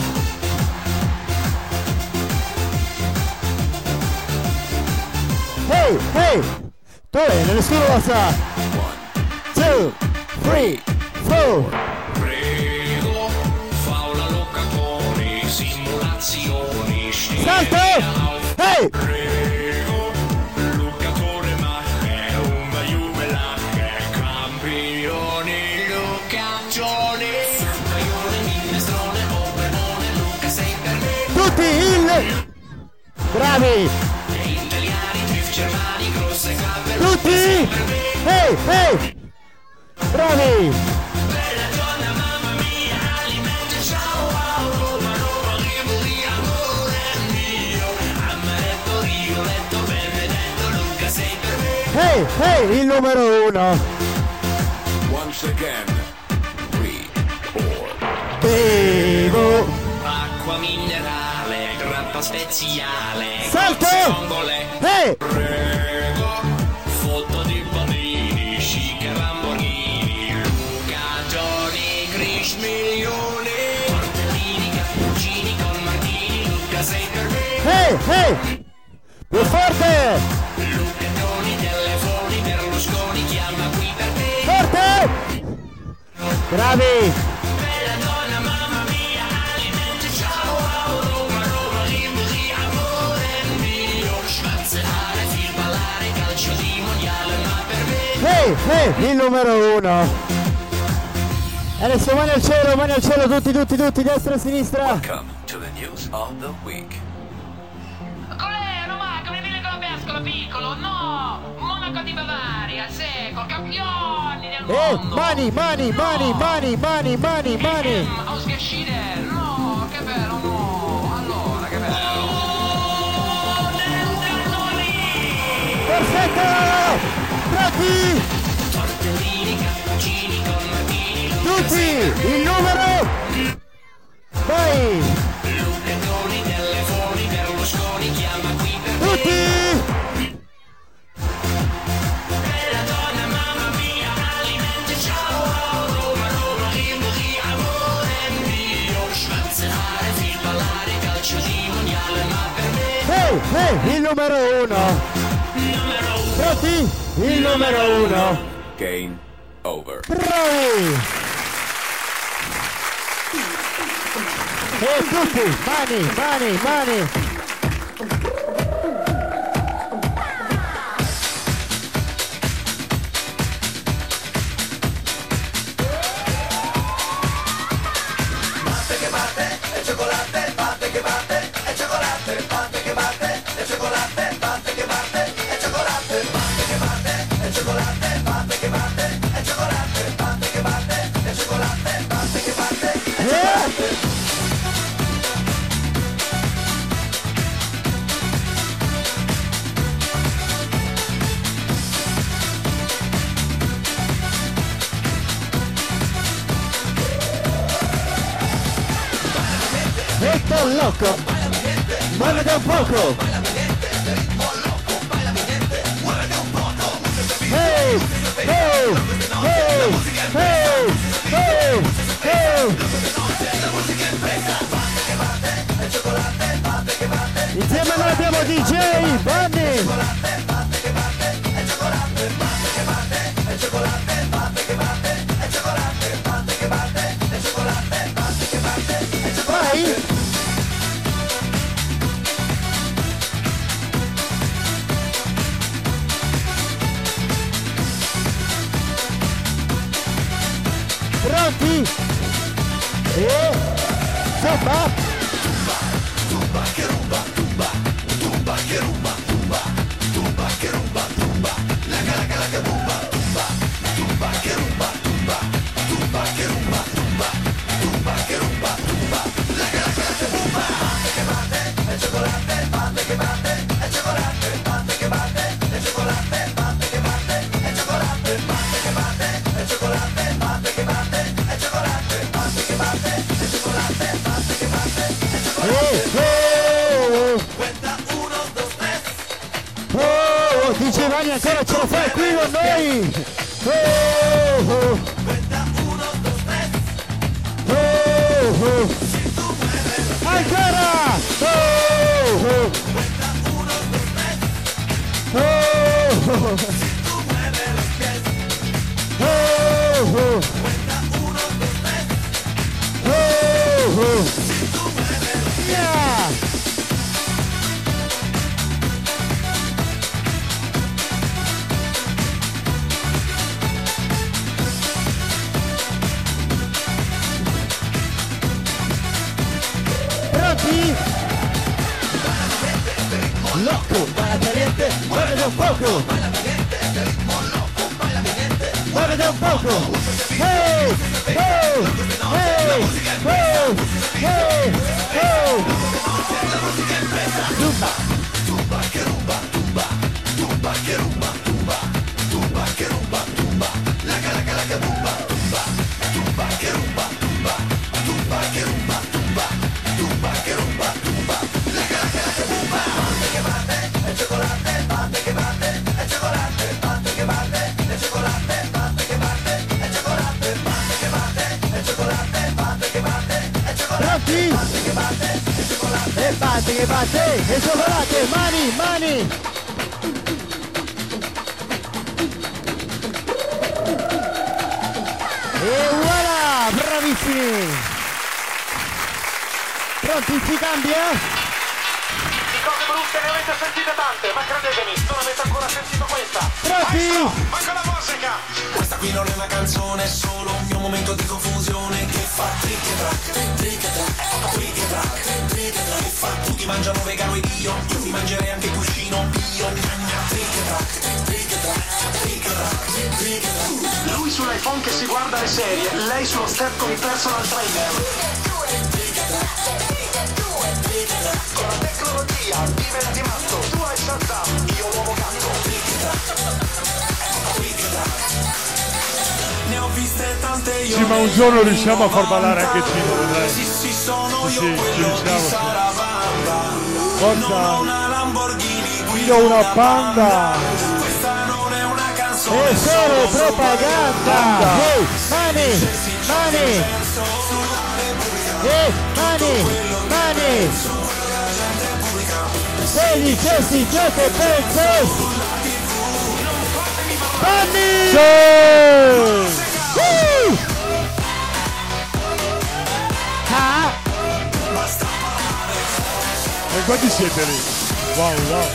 Hey, hey! Dove? Nessuno lo sa! 1, 2, 3, 4! Prego, fa una locca con simulazioni. Salto! Hey! Prego, Luccatore ma è un baiumela che campioni Luccaccioni. Baione, minestrone, operone, Luca sei per me. Tutti il... Bravi! Italiani, drift germani, grosse gambe. Tutti! Hey, hey! Bravi! Bella donna, mamma mia, alimento ciao. Roma, Roma, liberi, amore mio. Amaretto, Rigoletto, Benedetto, Luca sei per me. Hey, hey! Il numero uno! Once again, 3, 4. Bevo! Acqua minerale, grappa speziale. Salto! Vongole. Hey! Prego, foto di bambini, chic e Lamborghini, Luccaccioni, Grish milioni, tortellini, cappuccini con martini, Luca sei per me. Hey, hey! Più forte! Luccatoni, telefoni, Berlusconi, chiama qui per te. Forte! Bravi! Bella donna, mamma mia, alimento ciao. Roma, Roma, liberi, amore mio. Spazzare, fil ballare, calcio di mondiale, ma per me. Hey, hey! Il numero uno! Adesso mani al cielo, tutti, destra e sinistra! Welcome to the news of the week. Coleno, ma come dire con pescolo piccolo? No! Monaco di Bavaria, secco, campioni del mondo! Mani! Ausgeschiede! No, che bello, no! Allora, che bello! Perfetto! Pronti! Tortellini, cappuccini con martini, Tutti! Il numero! Vai! Luccatoni, telefoni, Berlusconi, chiama qui per me. Tutti! Bella donna, mamma mia, alimento ciao. Roma, Roma, liberi, amore mio. Spazzare, fil ballare, calcio di mondiale, ma per me. Hey, hey! Il numero uno! Numero uno. Pronti? Il numero uno! Game over. Bravi! E tutti! Mani! Batte che batte, e cioccolate, batte che batte, e cioccolate, batte che batte, e cioccolate, batte che batte, e cioccolate, batte che batte, e cioccolate, batte che batte, e cioccolate, batte che batte, e cioccolate, batte che batte, e cioccolate. Metto loco! Muovete un poco! Hey! Hey! Hey! Hey! Hey! Hey! Insieme a noi abbiamo DJ Vanni! Vai! rumba. Dice Vani, ancora ce la fai qui con noi. Ancora. Yeah. Pronti? Loco, baila caliente, muévete un poco. Muévete un poco. Hey, hey, hey, hey, hey, hey. Zumba. Tumba que rumba, tumba, tumba que rumba, tumba, tumba que rumba, tumba, la que rumba, tumba, tumba que rumba, tumba, tumba que rumba, tumba, tumba que rumba, tumba, la que rumba. Bate que bate, el chocolate, bate que bate, el chocolate, bate que bate, el chocolate, bate que bate, el chocolate, bate que bate, el chocolate, bate que bate, el chocolate, bate que bate, el chocolate, bate che bate, il chocolate, mani. E voilà, bravissimi. Pronti, si cambia? Di cose brutte ne avete sentite tante, ma credetemi, non avete ancora sentito questa. Pronti? Manca la musica! Questa qui non è una canzone, è solo un mio momento di confusione che fa trick e track, trick e track, trick e track, trick e track. Che fa tutti mangiano vegano ed io ti mangerei anche il cuscino mio. Trick e track, trick e track, trick e track, trick e track. Lui sull'iPhone che si guarda le serie, lei sullo step con il personal trainer. Con la tecnologia diventi matto, tu hai Shazam, io uomo gatto. Ne ho viste tante io. Sì, ma un giorno riusciamo a far ballare anche Cino, vedrai. Sì, sono Sì, io ci quello di riusciamo. Sarabanda. Forza. Non ho una Lamborghini, Io ho una Panda. questa non è una canzone, E solo propaganda. Hey, mani. Se dicessi ciò che penso. Mani. Ah. E quanti siete lì? Wow.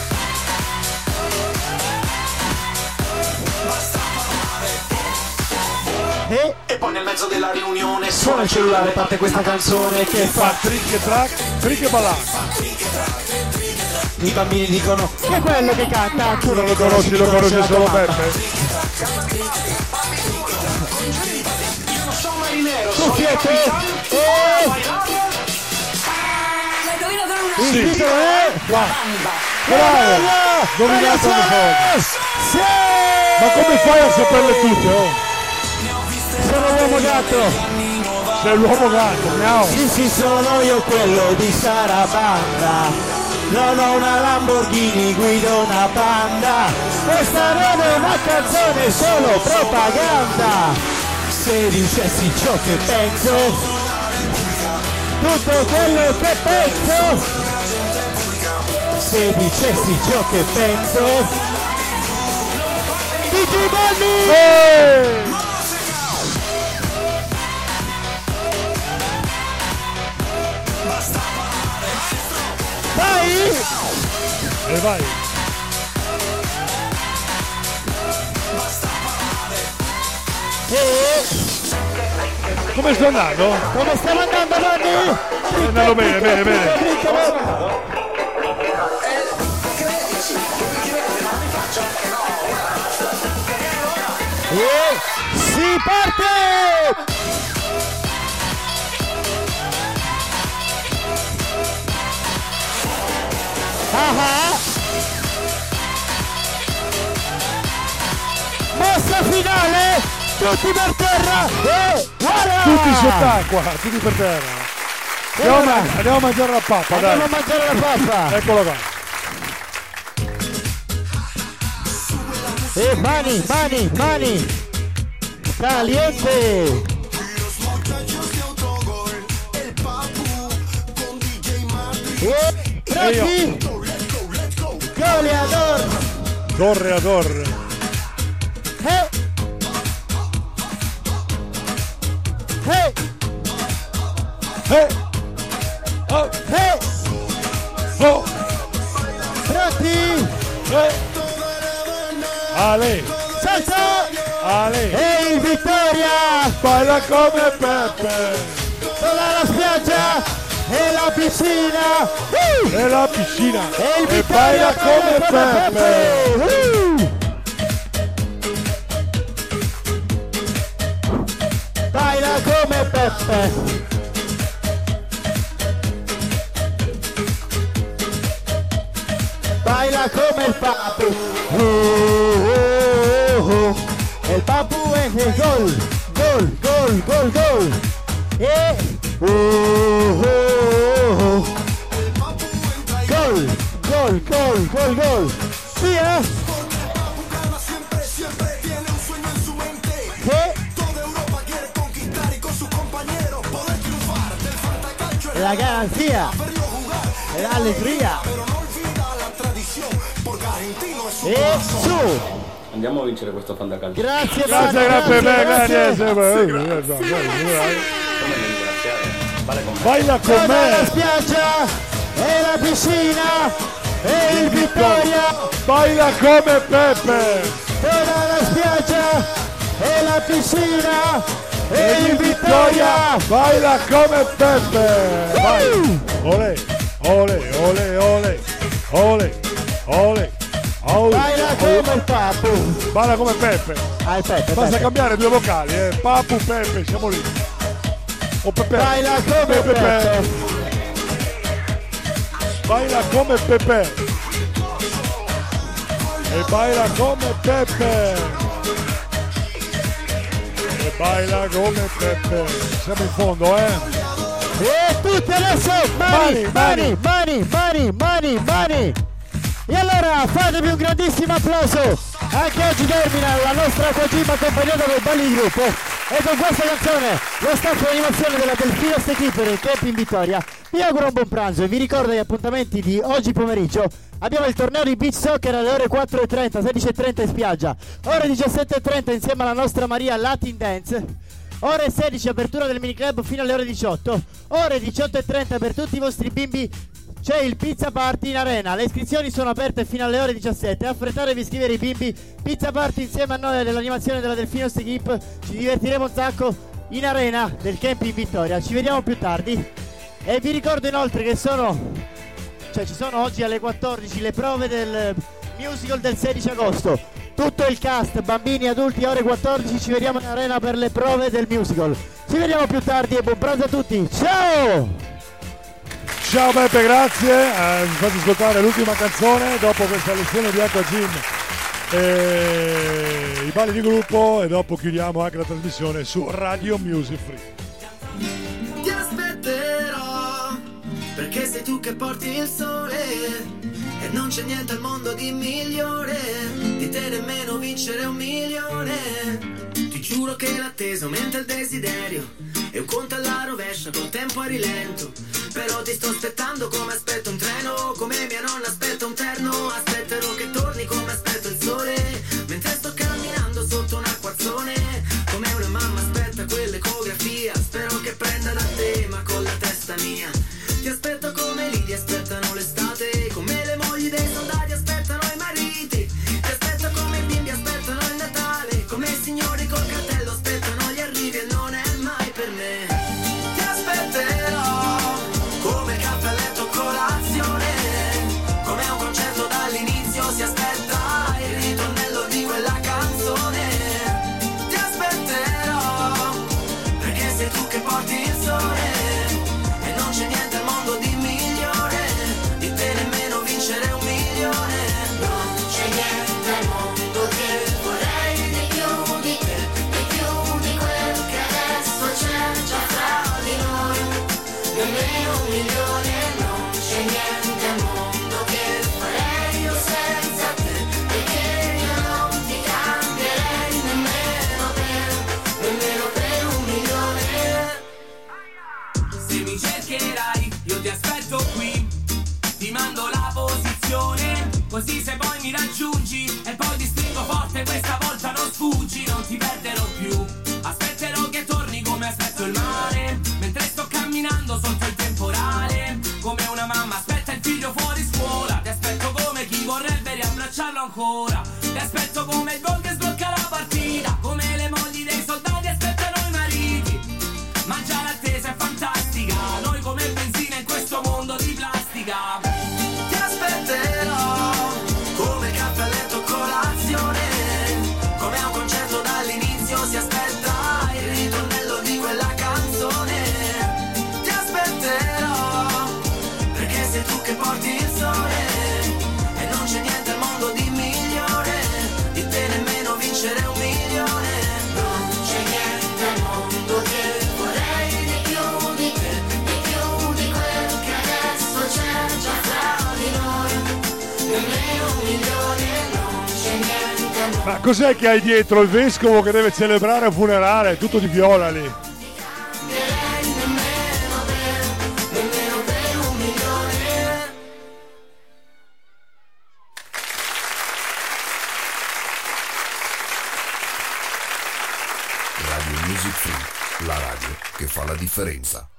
E poi nel mezzo della riunione Suona il cellulare, parte questa canzone che fa trick e track, trick e ballare. I bambini dicono che è quello che canta. Tu non lo conosci, lo conosce solo Beppe. io non sono marinero, Cuffiette. Il titolo è Bravo, dominato le cose. Ma come fai a saperle tutte? Oh? Sono l'uomo gatto. Sei l'uomo gatto, miau. Sì, sono io quello di Sarabanda. Non ho una Lamborghini, guido una Panda. Questa non è una canzone, è solo propaganda. Se dicessi ciò che penso, tutto quello che penso. Se dicessi ciò che penso, DJ Bonnie! Vai! E vai! Come sto andando? Come stiamo andando, Vanni? Sto andando bene, bene. E si parte! Mossa finale, tutti per terra e voilà! Tutti sott'acqua, tutti per terra. Andiamo a mangiare la pappa, dai. Andiamo a mangiare la pappa. Eccola qua. E mani. Caliente. E pronti? Goleador. Correador. Pronti? Ale. Salta. Ale. E il Vittoria. Balla come Peppe. Toda la spiaggia. E la piscina. E la piscina. E il E Vittoria balla come Peppe. Baila come Peppe. Baila come il Papu. El Papu es el gol. E gol. Via. La garanzia, la alegría. E su. Andiamo a vincere questo fantacalcio. Grazie. Baila con Toda me. la spiaggia e la piscina e il Vittoria. Baila come Peppe. Toda la spiaggia e la piscina e il Vittoria. Baila come Peppe. Vai. Ole. Baila come il Papu. Balla come Peppe. Ah, il Peppe. Basta cambiare due vocali, Papu, Peppe, siamo lì. O Peppe. Baila come Peppe. Baila come Peppe. E baila come Peppe. E baila come Peppe. Siamo in fondo, E tutti adesso mani. E allora fatevi un grandissimo applauso. Anche oggi termina la nostra Aquagym accompagnata dai balli di gruppo. E con questa canzone lo staff di animazione della Delfinos Equipe del Camp in Vittoria vi auguro un buon pranzo e vi ricordo gli appuntamenti di oggi pomeriggio. Abbiamo il torneo di beach soccer alle ore 4:30, 16:30 in spiaggia, ore 17:30 insieme alla nostra Maria Latin Dance, ore 16 apertura del miniclub fino alle ore 18, ore 18:30 per tutti i vostri bimbi. C'è il Pizza Party in arena, le iscrizioni sono aperte fino alle ore 17, affrettatevi a iscrivere i bimbi. Pizza Party insieme a noi dell'animazione della Delfinos Equipe, ci divertiremo un sacco in arena del Camp in Vittoria, ci vediamo più tardi. E vi ricordo inoltre che ci sono oggi alle 14 le prove del musical del 16 agosto, tutto il cast, bambini, adulti, ore 14 ci vediamo in arena per le prove del musical. Ci vediamo più tardi e buon pranzo a tutti, ciao! Ciao Beppe, grazie. Mi fate ascoltare l'ultima canzone dopo questa lezione di Aquagym. I balli di gruppo e dopo chiudiamo anche la trasmissione su Radio Music Free. Ti aspetterò perché sei tu che porti il sole e non c'è niente al mondo di migliore di te, nemmeno vincere 1 milione. Ti giuro che l'attesa aumenta il desiderio e un conto alla rovescia col tempo a rilento. Però ti sto aspettando come aspetto un treno, come mia nonna aspetta un terno. Aspetterò che torni come aspetto il sole, mentre sto camminando sotto un acquazzone. Come una mamma aspetta quell'ecografia, spero che prenda da te ma con la testa mia. Ti aspetto come lì aspettano l'estate, come le mogli dei soldati aspettano i mariti. Ti aspetto come i bimbi aspettano il Natale, come i signori col cartello aspettano gli arrivi e non è mai per me. figlio fuori scuola. Ti aspetto come chi vorrebbe riabbracciarlo ancora. Ti aspetto come il gol che sblocca la partita. Come le mogli dei soldati aspettano i mariti. Ma già l'attesa è fantastica. Noi come benzina in questo mondo di plastica. Ti aspetterò come caffè a letto colazione. Come a un concerto dall'inizio si aspetta il ritornello di quella canzone. Ti aspetterò perché sei tu che porti il sole. E non c'è niente al mondo di migliore di te, nemmeno vincere 1 milione. Non c'è niente al mondo che vorrei di più di te, di più di quello che adesso c'è già fra di noi. Nemmeno 1 milione, non c'è niente al mondo. Ma cos'è che hai dietro? Il vescovo che deve celebrare un funerale, tutto di viola lì. Nemmeno per 1 milione. Radio Music Free, la radio che fa la differenza.